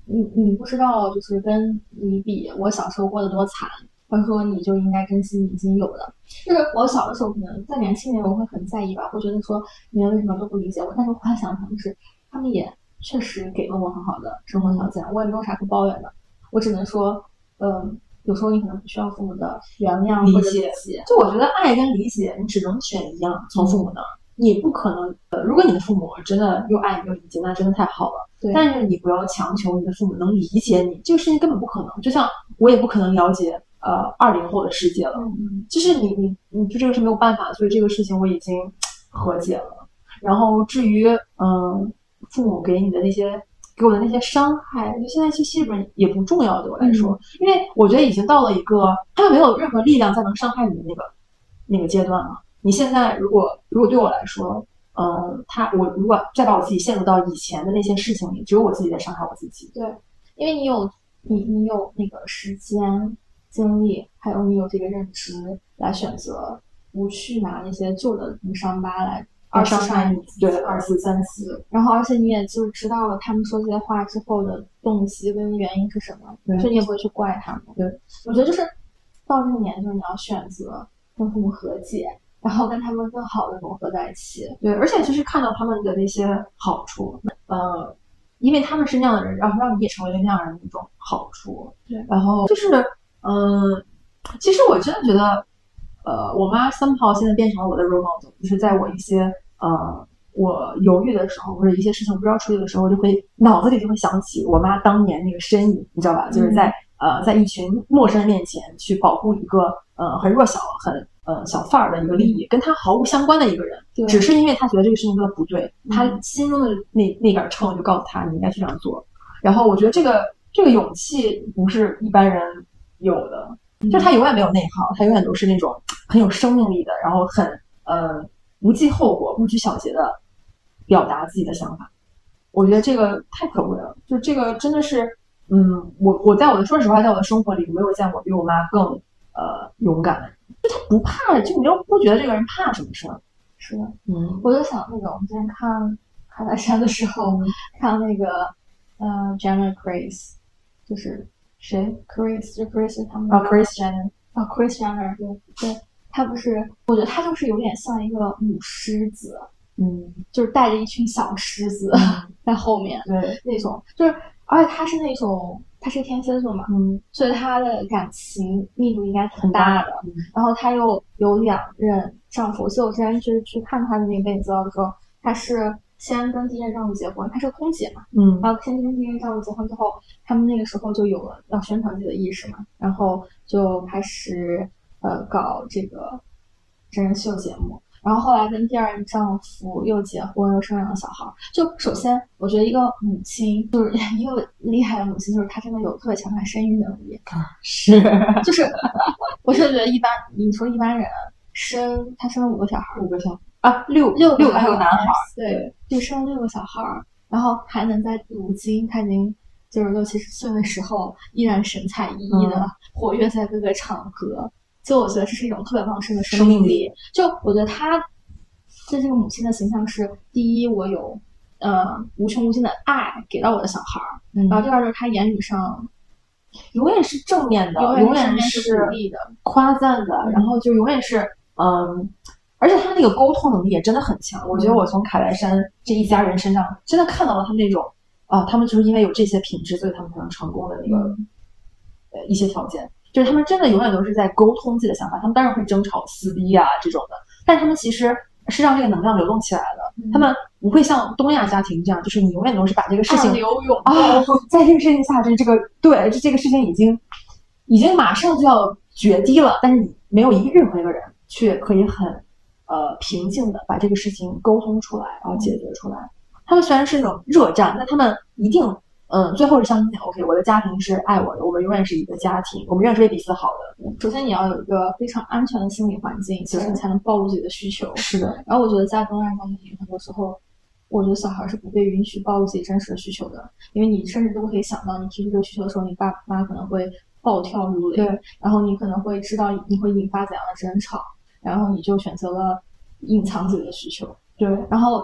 你你不知道就是跟你比我小时候过得多惨，或者说你就应该珍惜你已经有的。就是我小的时候可能在年轻年我会很在意吧，会觉得说你们为什么都不理解我，但是后来想想就是他们也确实给了我很好的生活条件，我也没有啥可抱怨的。我只能说，嗯，有时候你可能不需要父母的原谅或者理解。 就我觉得爱跟理解，你只能选一样从父母那儿，你不可能。呃，如果你的父母真的又爱又理解，那真的太好了。 对。 但是你不要强求你的父母能理解你，这个事情根本不可能。就像我也不可能了解呃二零后的世界了， 嗯， 就是你你你对这个是没有办法，所以这个事情我已经和解了。然后至于嗯父母给你的那些。给我的那些伤害，就现在其实基本也不重要对我来说， 嗯、 因为我觉得已经到了一个他们没有任何力量再能伤害你的那个那个阶段了。你现在如果如果对我来说，嗯，他我如果再把我自己陷入到以前的那些事情里，只有我自己在伤害我自己。 对，因为你有你你有那个时间、精力，还有你有这个认知来选择，不去拿那些旧的伤疤来。 二伤害你，对，二次三次， 然后而且你也就知道了他们说这些话之后的动机跟原因是什么，所以你也不会去怪他们。 对， 我觉得就是到这个年纪，你要选择跟父母和解，然后跟他们更好的融合在一起。 对，而且就是看到他们的那些好处，呃，因为他们是那样的人，然后让你也成为那样人的一种好处。 对， 然后就是，嗯、呃，其实我真的觉得，呃，我妈somehow现在变成了我的 role model， 就是在我一些。呃，我犹豫的时候，或者一些事情不知道处理的时候，就会脑子里就会想起我妈当年那个身影，你知道吧？就是在呃，在一群陌生人面前去保护一个呃很弱小、很呃小贩儿的一个利益，跟他毫无相关的一个人，只是因为他觉得这个事情做的不对，他心中的那那杆秤就告诉他你应该去这样做。然后我觉得这个这个勇气不是一般人有的，就是他永远没有内耗，他永远都是那种很有生命力的，然后很呃。不计后果、不拘小节的表达自己的想法，我觉得这个太可贵了。就这个真的是，嗯，我我在我的说实话，在我的生活里没有见过比我妈更呃勇敢。就她不怕，就你又不觉得这个人怕什么事儿。 是的， 嗯， 我就想那个我们之前看《卡戴珊》的时候，看那个呃 Jenner Chris， 就是谁 Chris 就 Chris 他们啊 Chris Jenner 啊 Chris Jenner 对对。他不是，我觉得他就是有点像一个母狮子， 嗯， 就是带着一群小狮子在后面， 对， 那种就是，而且他是那种，他是天蝎座嘛， 嗯， 所以他的感情密度应该挺大的。 嗯、 然后他又有两任丈夫，所以我之前就是去看他的那个背景资料的时候，他是先跟第一任丈夫结婚，他是个空姐嘛， 嗯， 然后先跟第一任丈夫结婚之后，他们那个时候就有了要宣传自己的意识嘛，然后就开始。呃，搞这个真人秀节目，然后后来跟第二任丈夫又结婚，又生两个小孩。就首先，我觉得一个母亲就是一个厉害的母亲，就是她真的有特别强大生育能力。 是， 就是我是觉得一般，你说一般人生，她生了五个小孩， 五个小孩啊，六六六个还有男孩， 对，就生了六个小孩，然后还能在如今，她已经就是六七十岁的时候，依然神采奕奕的、嗯、活跃在各个场合。就我觉得这是一种特别旺盛的生命力。就我觉得她这这个母亲的形象是：第一，我有呃无穷无尽的爱给到我的小孩儿；嗯、然后第二就是她言语上永远是正面的，永远是鼓励的、 夸赞的，然后就永远是嗯，而且她那个沟通能力也真的很强。我觉得我从卡戴珊这一家人身上真的看到了他们那种啊，他们就是因为有这些品质，所以他们才能成功的那个、嗯、呃一些条件。就是他们真的永远都是在沟通自己的想法，他们当然会争吵撕逼啊这种的，但他们其实是让这个能量流动起来了、嗯、他们不会像东亚家庭这样，就是你永远都是把这个事情流涌啊，在这个事情下就是这个对这这个事情已经已经马上就要决堤了，但是你没有一个任何一个人却可以很呃平静的把这个事情沟通出来，然后解决出来、嗯、他们虽然是那种热战，但他们一定嗯，最后是相信 OK， 我的家庭是爱我的，我们永远是一个家庭，我们永远是为彼此好的。 首先你要有一个非常安全的心理环境，其实你才能暴露自己的需求。 是的。 然后我觉得在东亚家庭很多时候，我觉得小孩是不被允许暴露自己真实的需求的，因为你甚至都可以想到，你提出这个需求的时候，你爸妈可能会暴跳如雷， 对， 然后你可能会知道你会引发怎样的争吵，然后你就选择了隐藏自己的需求。 对， 然后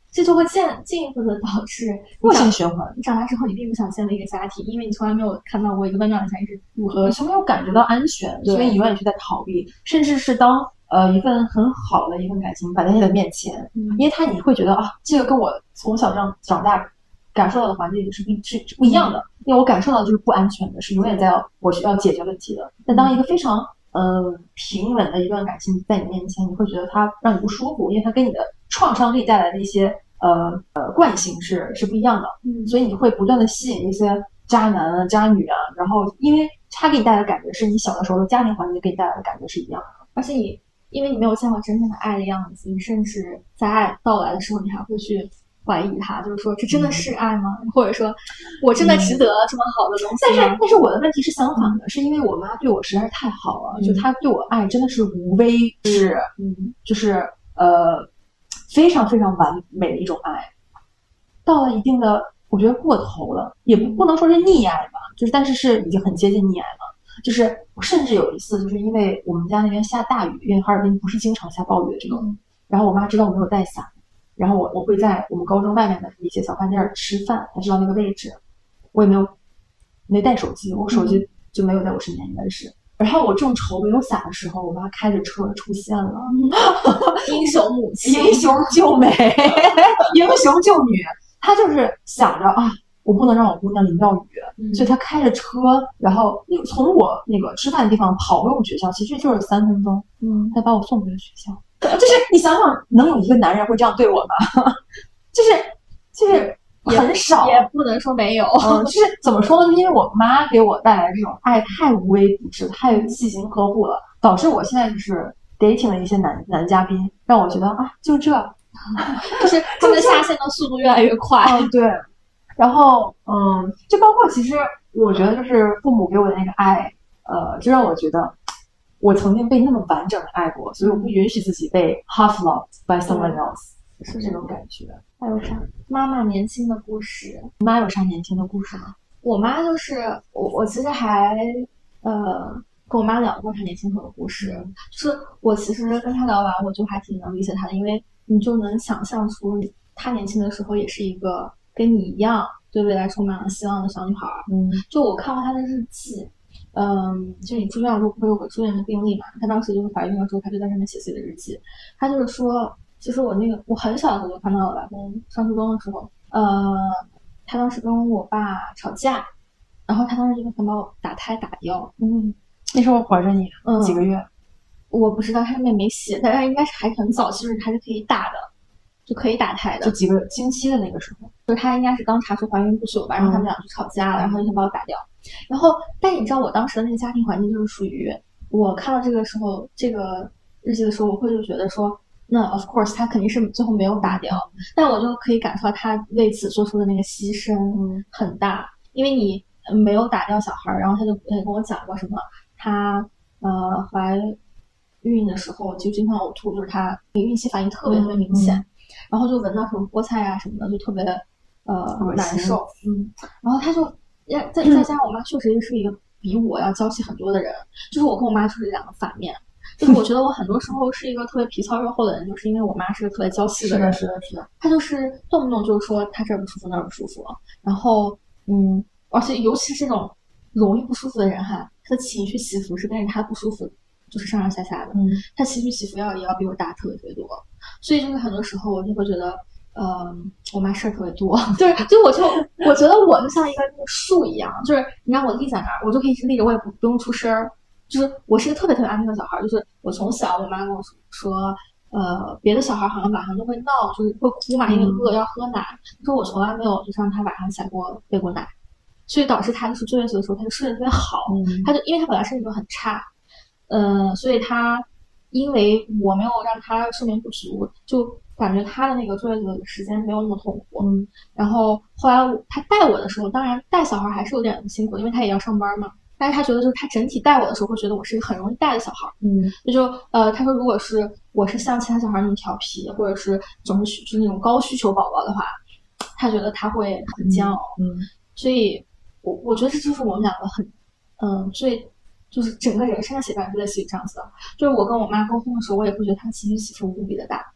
这就会进进一步的导致恶性循环。 你长大之后，你并不想建立一个家庭，因为你从来没有看到过一个温暖的家庭是如何， 是没有感觉到安全，所以你永远是在逃避，甚至是当呃一份很好的一份感情摆在你的面前， 嗯、 因为他你会觉得啊，这个跟我从小长长大感受到的环境是不是是不一样的，嗯、因为我感受到的就是不安全的，是永远在要我需要解决问题的。但当一个非常呃平稳的一段感情在你面前，你会觉得它让你不舒服，因为它跟你的创伤给你带来的一些呃呃惯性是是不一样的， 嗯， 所以你会不断的吸引一些渣男啊、渣女啊，然后因为他给你带来的感觉是你小的时候的家庭环境给你带来的感觉是一样的， 而且你因为你没有见过真正的爱的样子，你甚至在爱到来的时候，你还会去怀疑他，就是说这真的是爱吗？嗯、或者说我真的值得这么好的东西吗？ 但是但是我的问题是相反的，嗯、是因为我妈对我实在是太好了，嗯、就她对我爱真的是无微不至，嗯，就是呃非常非常完美的一种爱，到了一定的我觉得过头了，也不不能说是溺爱吧，就是但是是已经很接近溺爱了。就是我甚至有一次，就是因为我们家那边下大雨，因为哈尔滨不是经常下暴雨的这种，嗯、然后我妈知道我没有带伞，然后我我会在我们高中外面的一些小饭店吃饭，她知道那个位置，我也没有没带手机，我手机就没有在我身边，应该是。然后我正愁没有伞的时候，我妈开着车出现了， 英雄母亲， 英雄救美，英雄救女。她就是想着啊，我不能让我姑娘淋到雨，嗯、所以她开着车，然后从我那个吃饭的地方跑回我们学校，其实就是三分钟，嗯，她把我送回了学校。就是你想想，能有一个男人会这样对我吗？就是就是很少， 也不能说没有。 嗯，就是怎么说呢？就是因为我妈给我带来这种爱太无微不至、太细心呵护了，导致我现在就是 dating 的一些男男嘉宾，让我觉得啊，就这， 就是他们下线的速度越来越快。 嗯，对。然后嗯，就包括其实我觉得就是父母给我的那个爱，呃，就让我觉得。我曾经被那么完整的爱过，所以我不允许自己被 half loved by someone else，、嗯、是这种感觉。 还有啥？妈妈年轻的故事。 你妈有啥年轻的故事吗？ 我妈就是我，我其实还呃跟我妈聊过她年轻时候的故事。嗯、就是我其实跟她聊完，我就还挺能理解她的，因为你就能想象出她年轻的时候也是一个跟你一样对未来充满了希望的小女孩。嗯，就我看过她的日记。嗯，就你住院的时候不会有个住院的病历嘛？她当时就是怀孕的时候，她就在上面写自己的日记。她就是说，其实我那个我很小的时候就看到了老公上初中的时候，呃，她当时跟我爸吵架，然后她当时就想把我打胎打掉。 嗯，那时候我怀着你、嗯、几个月， 我不知道，它上面没写，但是应该是还很早，其实还是可以打的，就可以打胎的， 就几个星期的那个时候， 就是她应该是刚查出怀孕不久吧，然后他们俩就吵架了，然后就想把我打掉。然后，但你知道我当时的那个家庭环境就是属于我看到这个时候这个日记的时候，我会就觉得说，那 of course 他肯定是最后没有打掉，但我就可以感受到他为此做出的那个牺牲很大，因为你没有打掉小孩，然后他就他跟我讲过什么，他呃怀孕的时候就经常呕吐，就是他孕期反应特别特别明显，嗯、然后就闻到什么菠菜啊什么的，就特别呃难受，嗯，然后他就。再再加上我妈确实是一个比我要娇气很多的人，就是我跟我妈就是两个反面，就是我觉得我很多时候是一个特别皮糙肉厚的人，就是因为我妈是个特别娇气的人， 是的，是的，是的， 她就是动不动就是说她这儿不舒服那儿不舒服，然后嗯，而且尤其是这种容易不舒服的人哈，她的情绪起伏是跟着她不舒服就是上上下下的，嗯，她情绪起伏要也要比我大特别特别多，所以就是很多时候我就会觉得。呃，我妈事儿特别多，就是就我就我觉得我就像一个那个树一样，就是你让我立在那儿，我就可以一直立着，我也不不用出声儿。就是我是一个特别特别安静的小孩，就是我从小我妈跟我说，呃，别的小孩好像晚上都会闹，就是会哭嘛，因为饿要喝奶。她说我从来没有就是让他晚上起来给我喂过奶，所以导致他就是坐月子的时候他就睡得特别好，嗯、他就因为他本来身体就很差，呃，所以他因为我没有让他睡眠不足，就。感觉他的那个坐月子的时间没有那么痛苦，嗯，然后后来他带我的时候，当然带小孩还是有点辛苦，因为他也要上班嘛。但是他觉得就是他整体带我的时候，会觉得我是一个很容易带的小孩，嗯，就就呃，他说如果是我是像其他小孩那种调皮，或者是总是就是那种高需求宝宝的话，他觉得他会很煎熬，嗯，嗯所以我我觉得这就是我们两个很嗯、呃、最就是整个人生的写照就类似于这样子的，就是我跟我妈沟通的时候，我也会觉得她情绪起伏无比的大。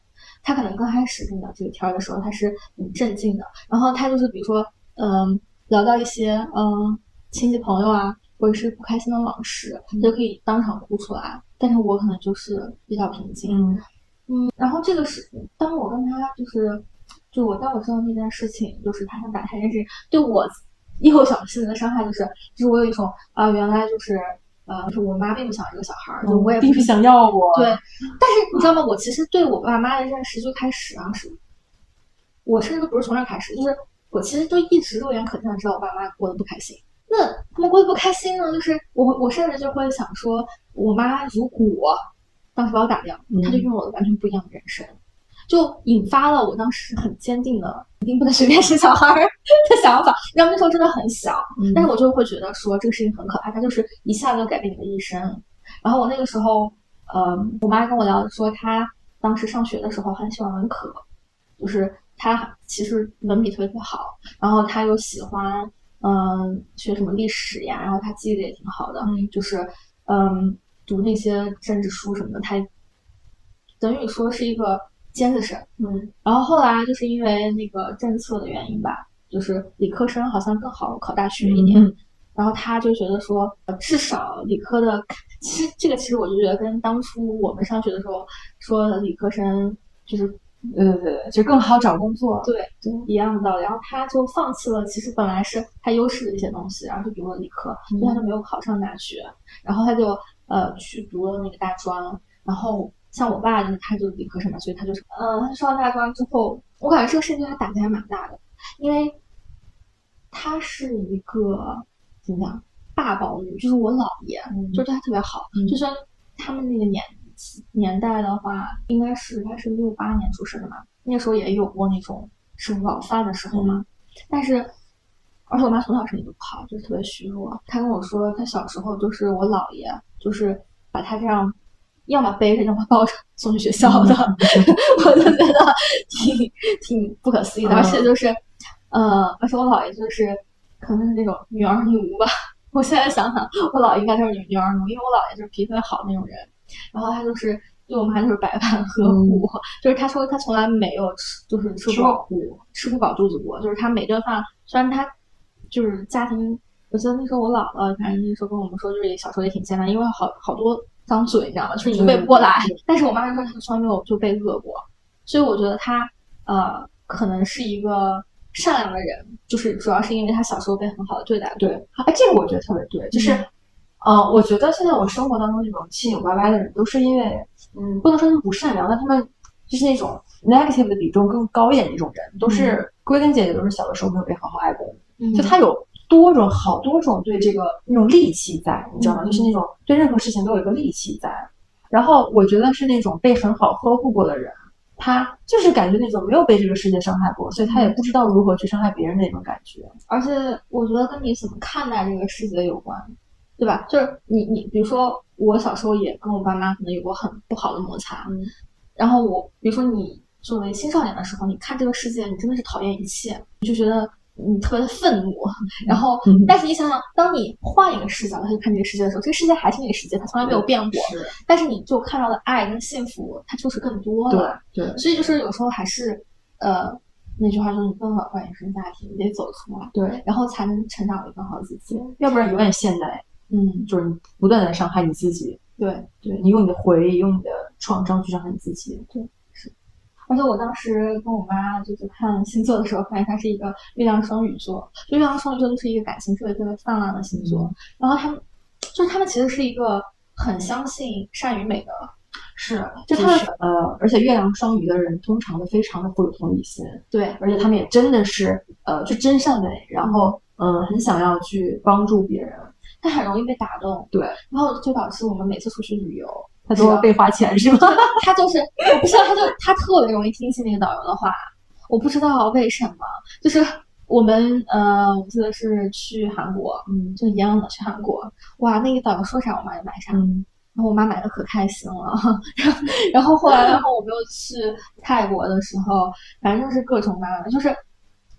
他可能刚开始跟你聊这个天儿的时候，他是很镇静的，然后他就是比如说，嗯，聊到一些嗯亲戚朋友啊，或者是不开心的往事，他就可以当场哭出来。但是我可能就是比较平静， 嗯嗯，然后这个是当我跟他就是，就我当我知道那件事情，就是他想打开这件事情，对我幼小心灵的伤害，就是就是我有一种啊、呃，原来就是呃，就是我妈并不想这个小孩儿，就我也并不想要我。 对，但是你知道吗？我其实对我爸妈的认识就开始啊，是，我甚至都不是从那儿开始，就是我其实都一直肉眼可见的知道我爸妈过得不开心。那他们过得不开心呢，就是我我甚至就会想说，我妈如果当时把我打掉，她就拥有了完全不一样的人生，就引发了我当时很坚定的一定不能随便生小孩的想法。然后那时候真的很小，但是我就会觉得说这个事情很可怕，它就是一下就改变你的一生。然后我那个时候，呃，我妈跟我聊说，她当时上学的时候很喜欢文科，就是她其实文笔特别特别好，然后她又喜欢。嗯，学什么历史呀，然后他记忆力也挺好的，嗯，就是嗯，读那些政治书什么的，他等于说是一个尖子生，嗯，然后后来就是因为那个政策的原因吧，就是理科生好像更好考大学一点，嗯、然后他就觉得说，至少理科的，其实这个其实我就觉得跟当初我们上学的时候说的理科生就是。 对对对，就更好找工作， 对对，一样的道理。然后他就放弃了，其实本来是他优势的一些东西，然后就读了理科，所以他就没有考上大学。然后他就呃去读了那个大专。然后像我爸就是他就是理科生嘛，所以他就是嗯、呃，他上了大专之后，我感觉这个事情对他打击还蛮大的，因为他是一个怎么讲大宝女，就是我姥爷，嗯、就对他特别好，嗯、就说他们那个年。年代的话，应该是他是六八年出生的嘛，那时候也有过那种吃不饱饭的时候嘛。嗯、但是，而且我妈从小身体就不好，就是特别虚弱。她跟我说，她小时候就是我姥爷，就是把她这样，要么背着，要么抱着送去学校的。嗯、我就觉得挺挺不可思议的，嗯、而且就是，呃，而且我姥爷就是可能是那种女儿奴吧。我现在想想，我姥爷应该就是女女儿奴，因为我姥爷就是脾气特别好那种人。然后他就是对我妈就是百般呵护，嗯、就是他说他从来没有吃就是吃不饱吃不饱肚子过，就是他每顿饭虽然他就是家庭，我记得那时候我姥姥反正那时候跟我们说，就是小时候也挺艰难，因为好好多张嘴，你知道吗？就是你喂不过来。但是我妈说她从来没有就被饿过，所以我觉得她呃可能是一个善良的人，就是主要是因为她小时候被很好的对待过。 对，哎，这个我觉得特别对，就是。嗯嗯、呃，我觉得现在我生活当中这种七扭八歪的人，都是因为，嗯，不能说他们不善良，但他们就是那种 negative 的比重更高一点的一种人，都是归根结底都是小的时候没有被好好爱过，嗯、就他有多种好多种对这个那种戾气在，你知道吗？嗯、就是那种对任何事情都有一个戾气在。然后我觉得是那种被很好呵护过的人，他就是感觉那种没有被这个世界伤害过，所以他也不知道如何去伤害别人的那种感觉。 而且我觉得跟你怎么看待这个世界有关。对吧？就是你你比如说，我小时候也跟我爸妈可能有过很不好的摩擦，嗯，然后我比如说你作为青少年的时候，你看这个世界，你真的是讨厌一切，你就觉得你特别的愤怒，然后，嗯、但是你想想，当你换一个视角去看这个世界的时候，这个世界还是那个世界，它从来没有变过， 是， 但是你就看到的爱跟幸福，它就是更多了，对对， 所以就是有时候还是呃。那句话说，你不能老怪原生家庭，你得走出来， 对， 然后才能成长为更好的自己， 要不然永远陷在。嗯，就是你不断的伤害你自己， 对对，你用你的回忆，用你的创伤去伤害你自己， 对，是。而且我当时跟我妈就是看星座的时候，发现它是一个月亮双鱼座，就月亮双鱼座就是一个感情特别特别泛滥的星座，嗯、然后他们就是他们其实是一个很相信善与美的， 是，就他们呃，而且月亮双鱼的人通常的非常的富有同理心， 对， 而且他们也真的是呃，就真善美，然后嗯、呃，很想要去帮助别人。 他很容易被打动， 对， 然后就导致我们每次出去旅游， 他都要被花钱，是吗？ 他就是我不知道，他就他特别容易听信那个导游的话，我不知道为什么。就是我们呃，我记得是去韩国，嗯，就一样的去韩国，哇，那个导游说啥我妈就买啥，嗯，然后我妈买的可开心了。然后然后后来，然后我们又去泰国的时候，反正就是各种各样的，就是。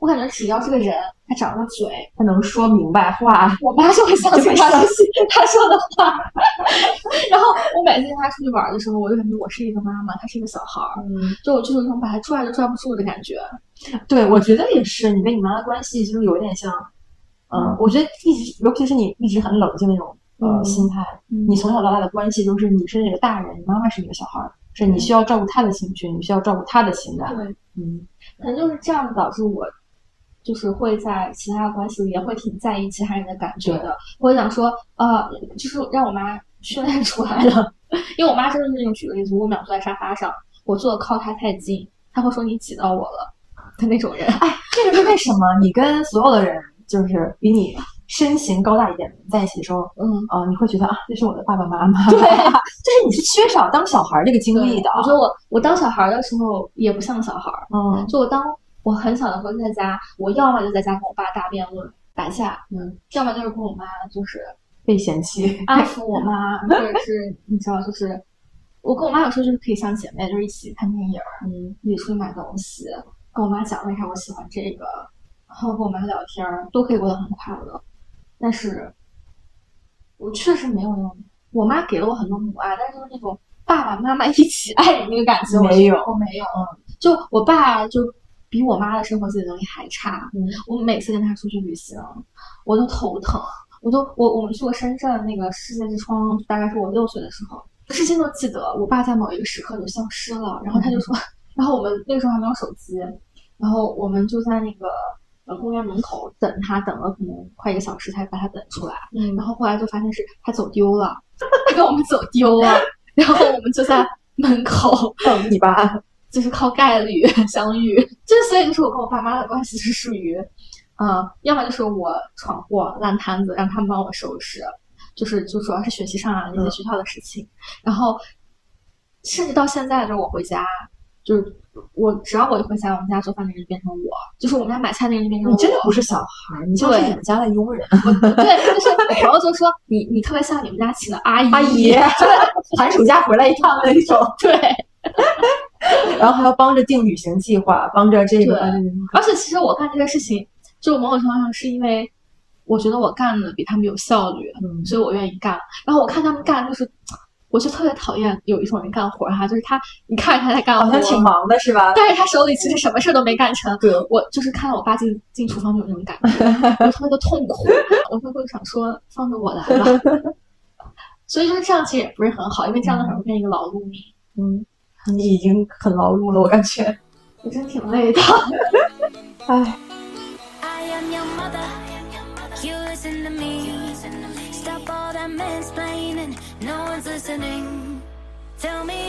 我感觉只要这个人他长了嘴， 他能说明白话， 我妈就会相信他他说的话。然后我每次跟他出去玩的时候，我就感觉我是一个妈妈，他是一个小孩儿， 嗯， 就我就有一种把他拽都拽不住的感觉。 对，我觉得也是，你跟你妈的关系就是有点像，嗯、呃，我觉得一直，尤其是你一直很冷静那种呃、 嗯、 心态， 嗯， 你从小到大的关系都是你是那个大人，你妈妈是你个小孩儿，是你需要照顾他的情绪，你需要照顾他的情感。 对， 嗯， 可能就是这样导致我。就是会在其他的关系里也会挺在意其他人的感觉的，我会想说，呃，就是让我妈训练出来的，因为我妈真的是那种举个例子，我们俩坐在沙发上，我坐的靠她太近，她会说你挤到我了的那种人。 哎，这个是为什么？你跟所有的人就是比你身形高大一点的人在一起的时候， 嗯， 呃，你会觉得啊，这是我的爸爸妈妈， 对， 就是你是缺少当小孩这个经历的。 我觉得我我当小孩的时候也不像小孩， 嗯， 就我当。我很小的时候在家，我要么就在家跟我爸大辩论打架， 嗯， 要么就是跟我妈就是被嫌弃， 安抚我妈，或者是你知道，就是我跟我妈有时候就是可以像姐妹，就是一起看电影，嗯，一起出去买东西，跟我妈讲为啥我喜欢这个，然后跟我妈聊天，都可以过得很快乐。但是，我确实没有那种，我妈给了我很多母爱，但是就是那种爸爸妈妈一起爱你那个感觉， 没有， 我没有。就我爸就。比我妈的生活自理能力还差， 嗯， 我每次跟她出去旅行，我都头疼，我都我我们去过深圳那个世界之窗，大概是我六岁的时候，至今都记得，我爸在某一个时刻就消失了，然后他就说，嗯、然后我们那个时候还没有手机，然后我们就在那个呃公园门口等他，等了可能快一个小时才把他等出来，嗯，然后后来就发现是他走丢了，他跟我们走丢了，然后我们就在门口等你爸。 就是靠概率相遇，就是所以就是我跟我爸妈的关系是属于，呃，要么就是我闯祸烂摊子，让他们帮我收拾，就是就主要是学习上啊那些学校的事情，嗯、然后甚至到现在就是我回家，就是我只要我一回家，我们家做饭的人就变成我，就是我们家买菜的人就变成我。 你真的不是小孩，你就是你们家的佣人。 对，就是我朋友就说你你特别像你们家请的阿姨， 阿姨，寒暑假回来一趟那种。 对。 然后还要帮着定旅行计划，帮着这个， 而且其实我干这个事情，就某种程度上是因为我觉得我干的比他们有效率，嗯，所以我愿意干。然后我看他们干，就是我就特别讨厌有一种人干活哈，就是他，你看着他在干活， 好像挺忙的是吧？ 但是他手里其实什么事都没干成。 对， 我就是看到我爸进进厨房就有那种感觉，我特别的痛苦，我就会想说放着我来吧。所以就是这样，其实也不是很好，因为这样的很容易变一个劳碌命。 嗯。你已经很劳碌了，我感觉， 我真挺累的。 唉。 Tell me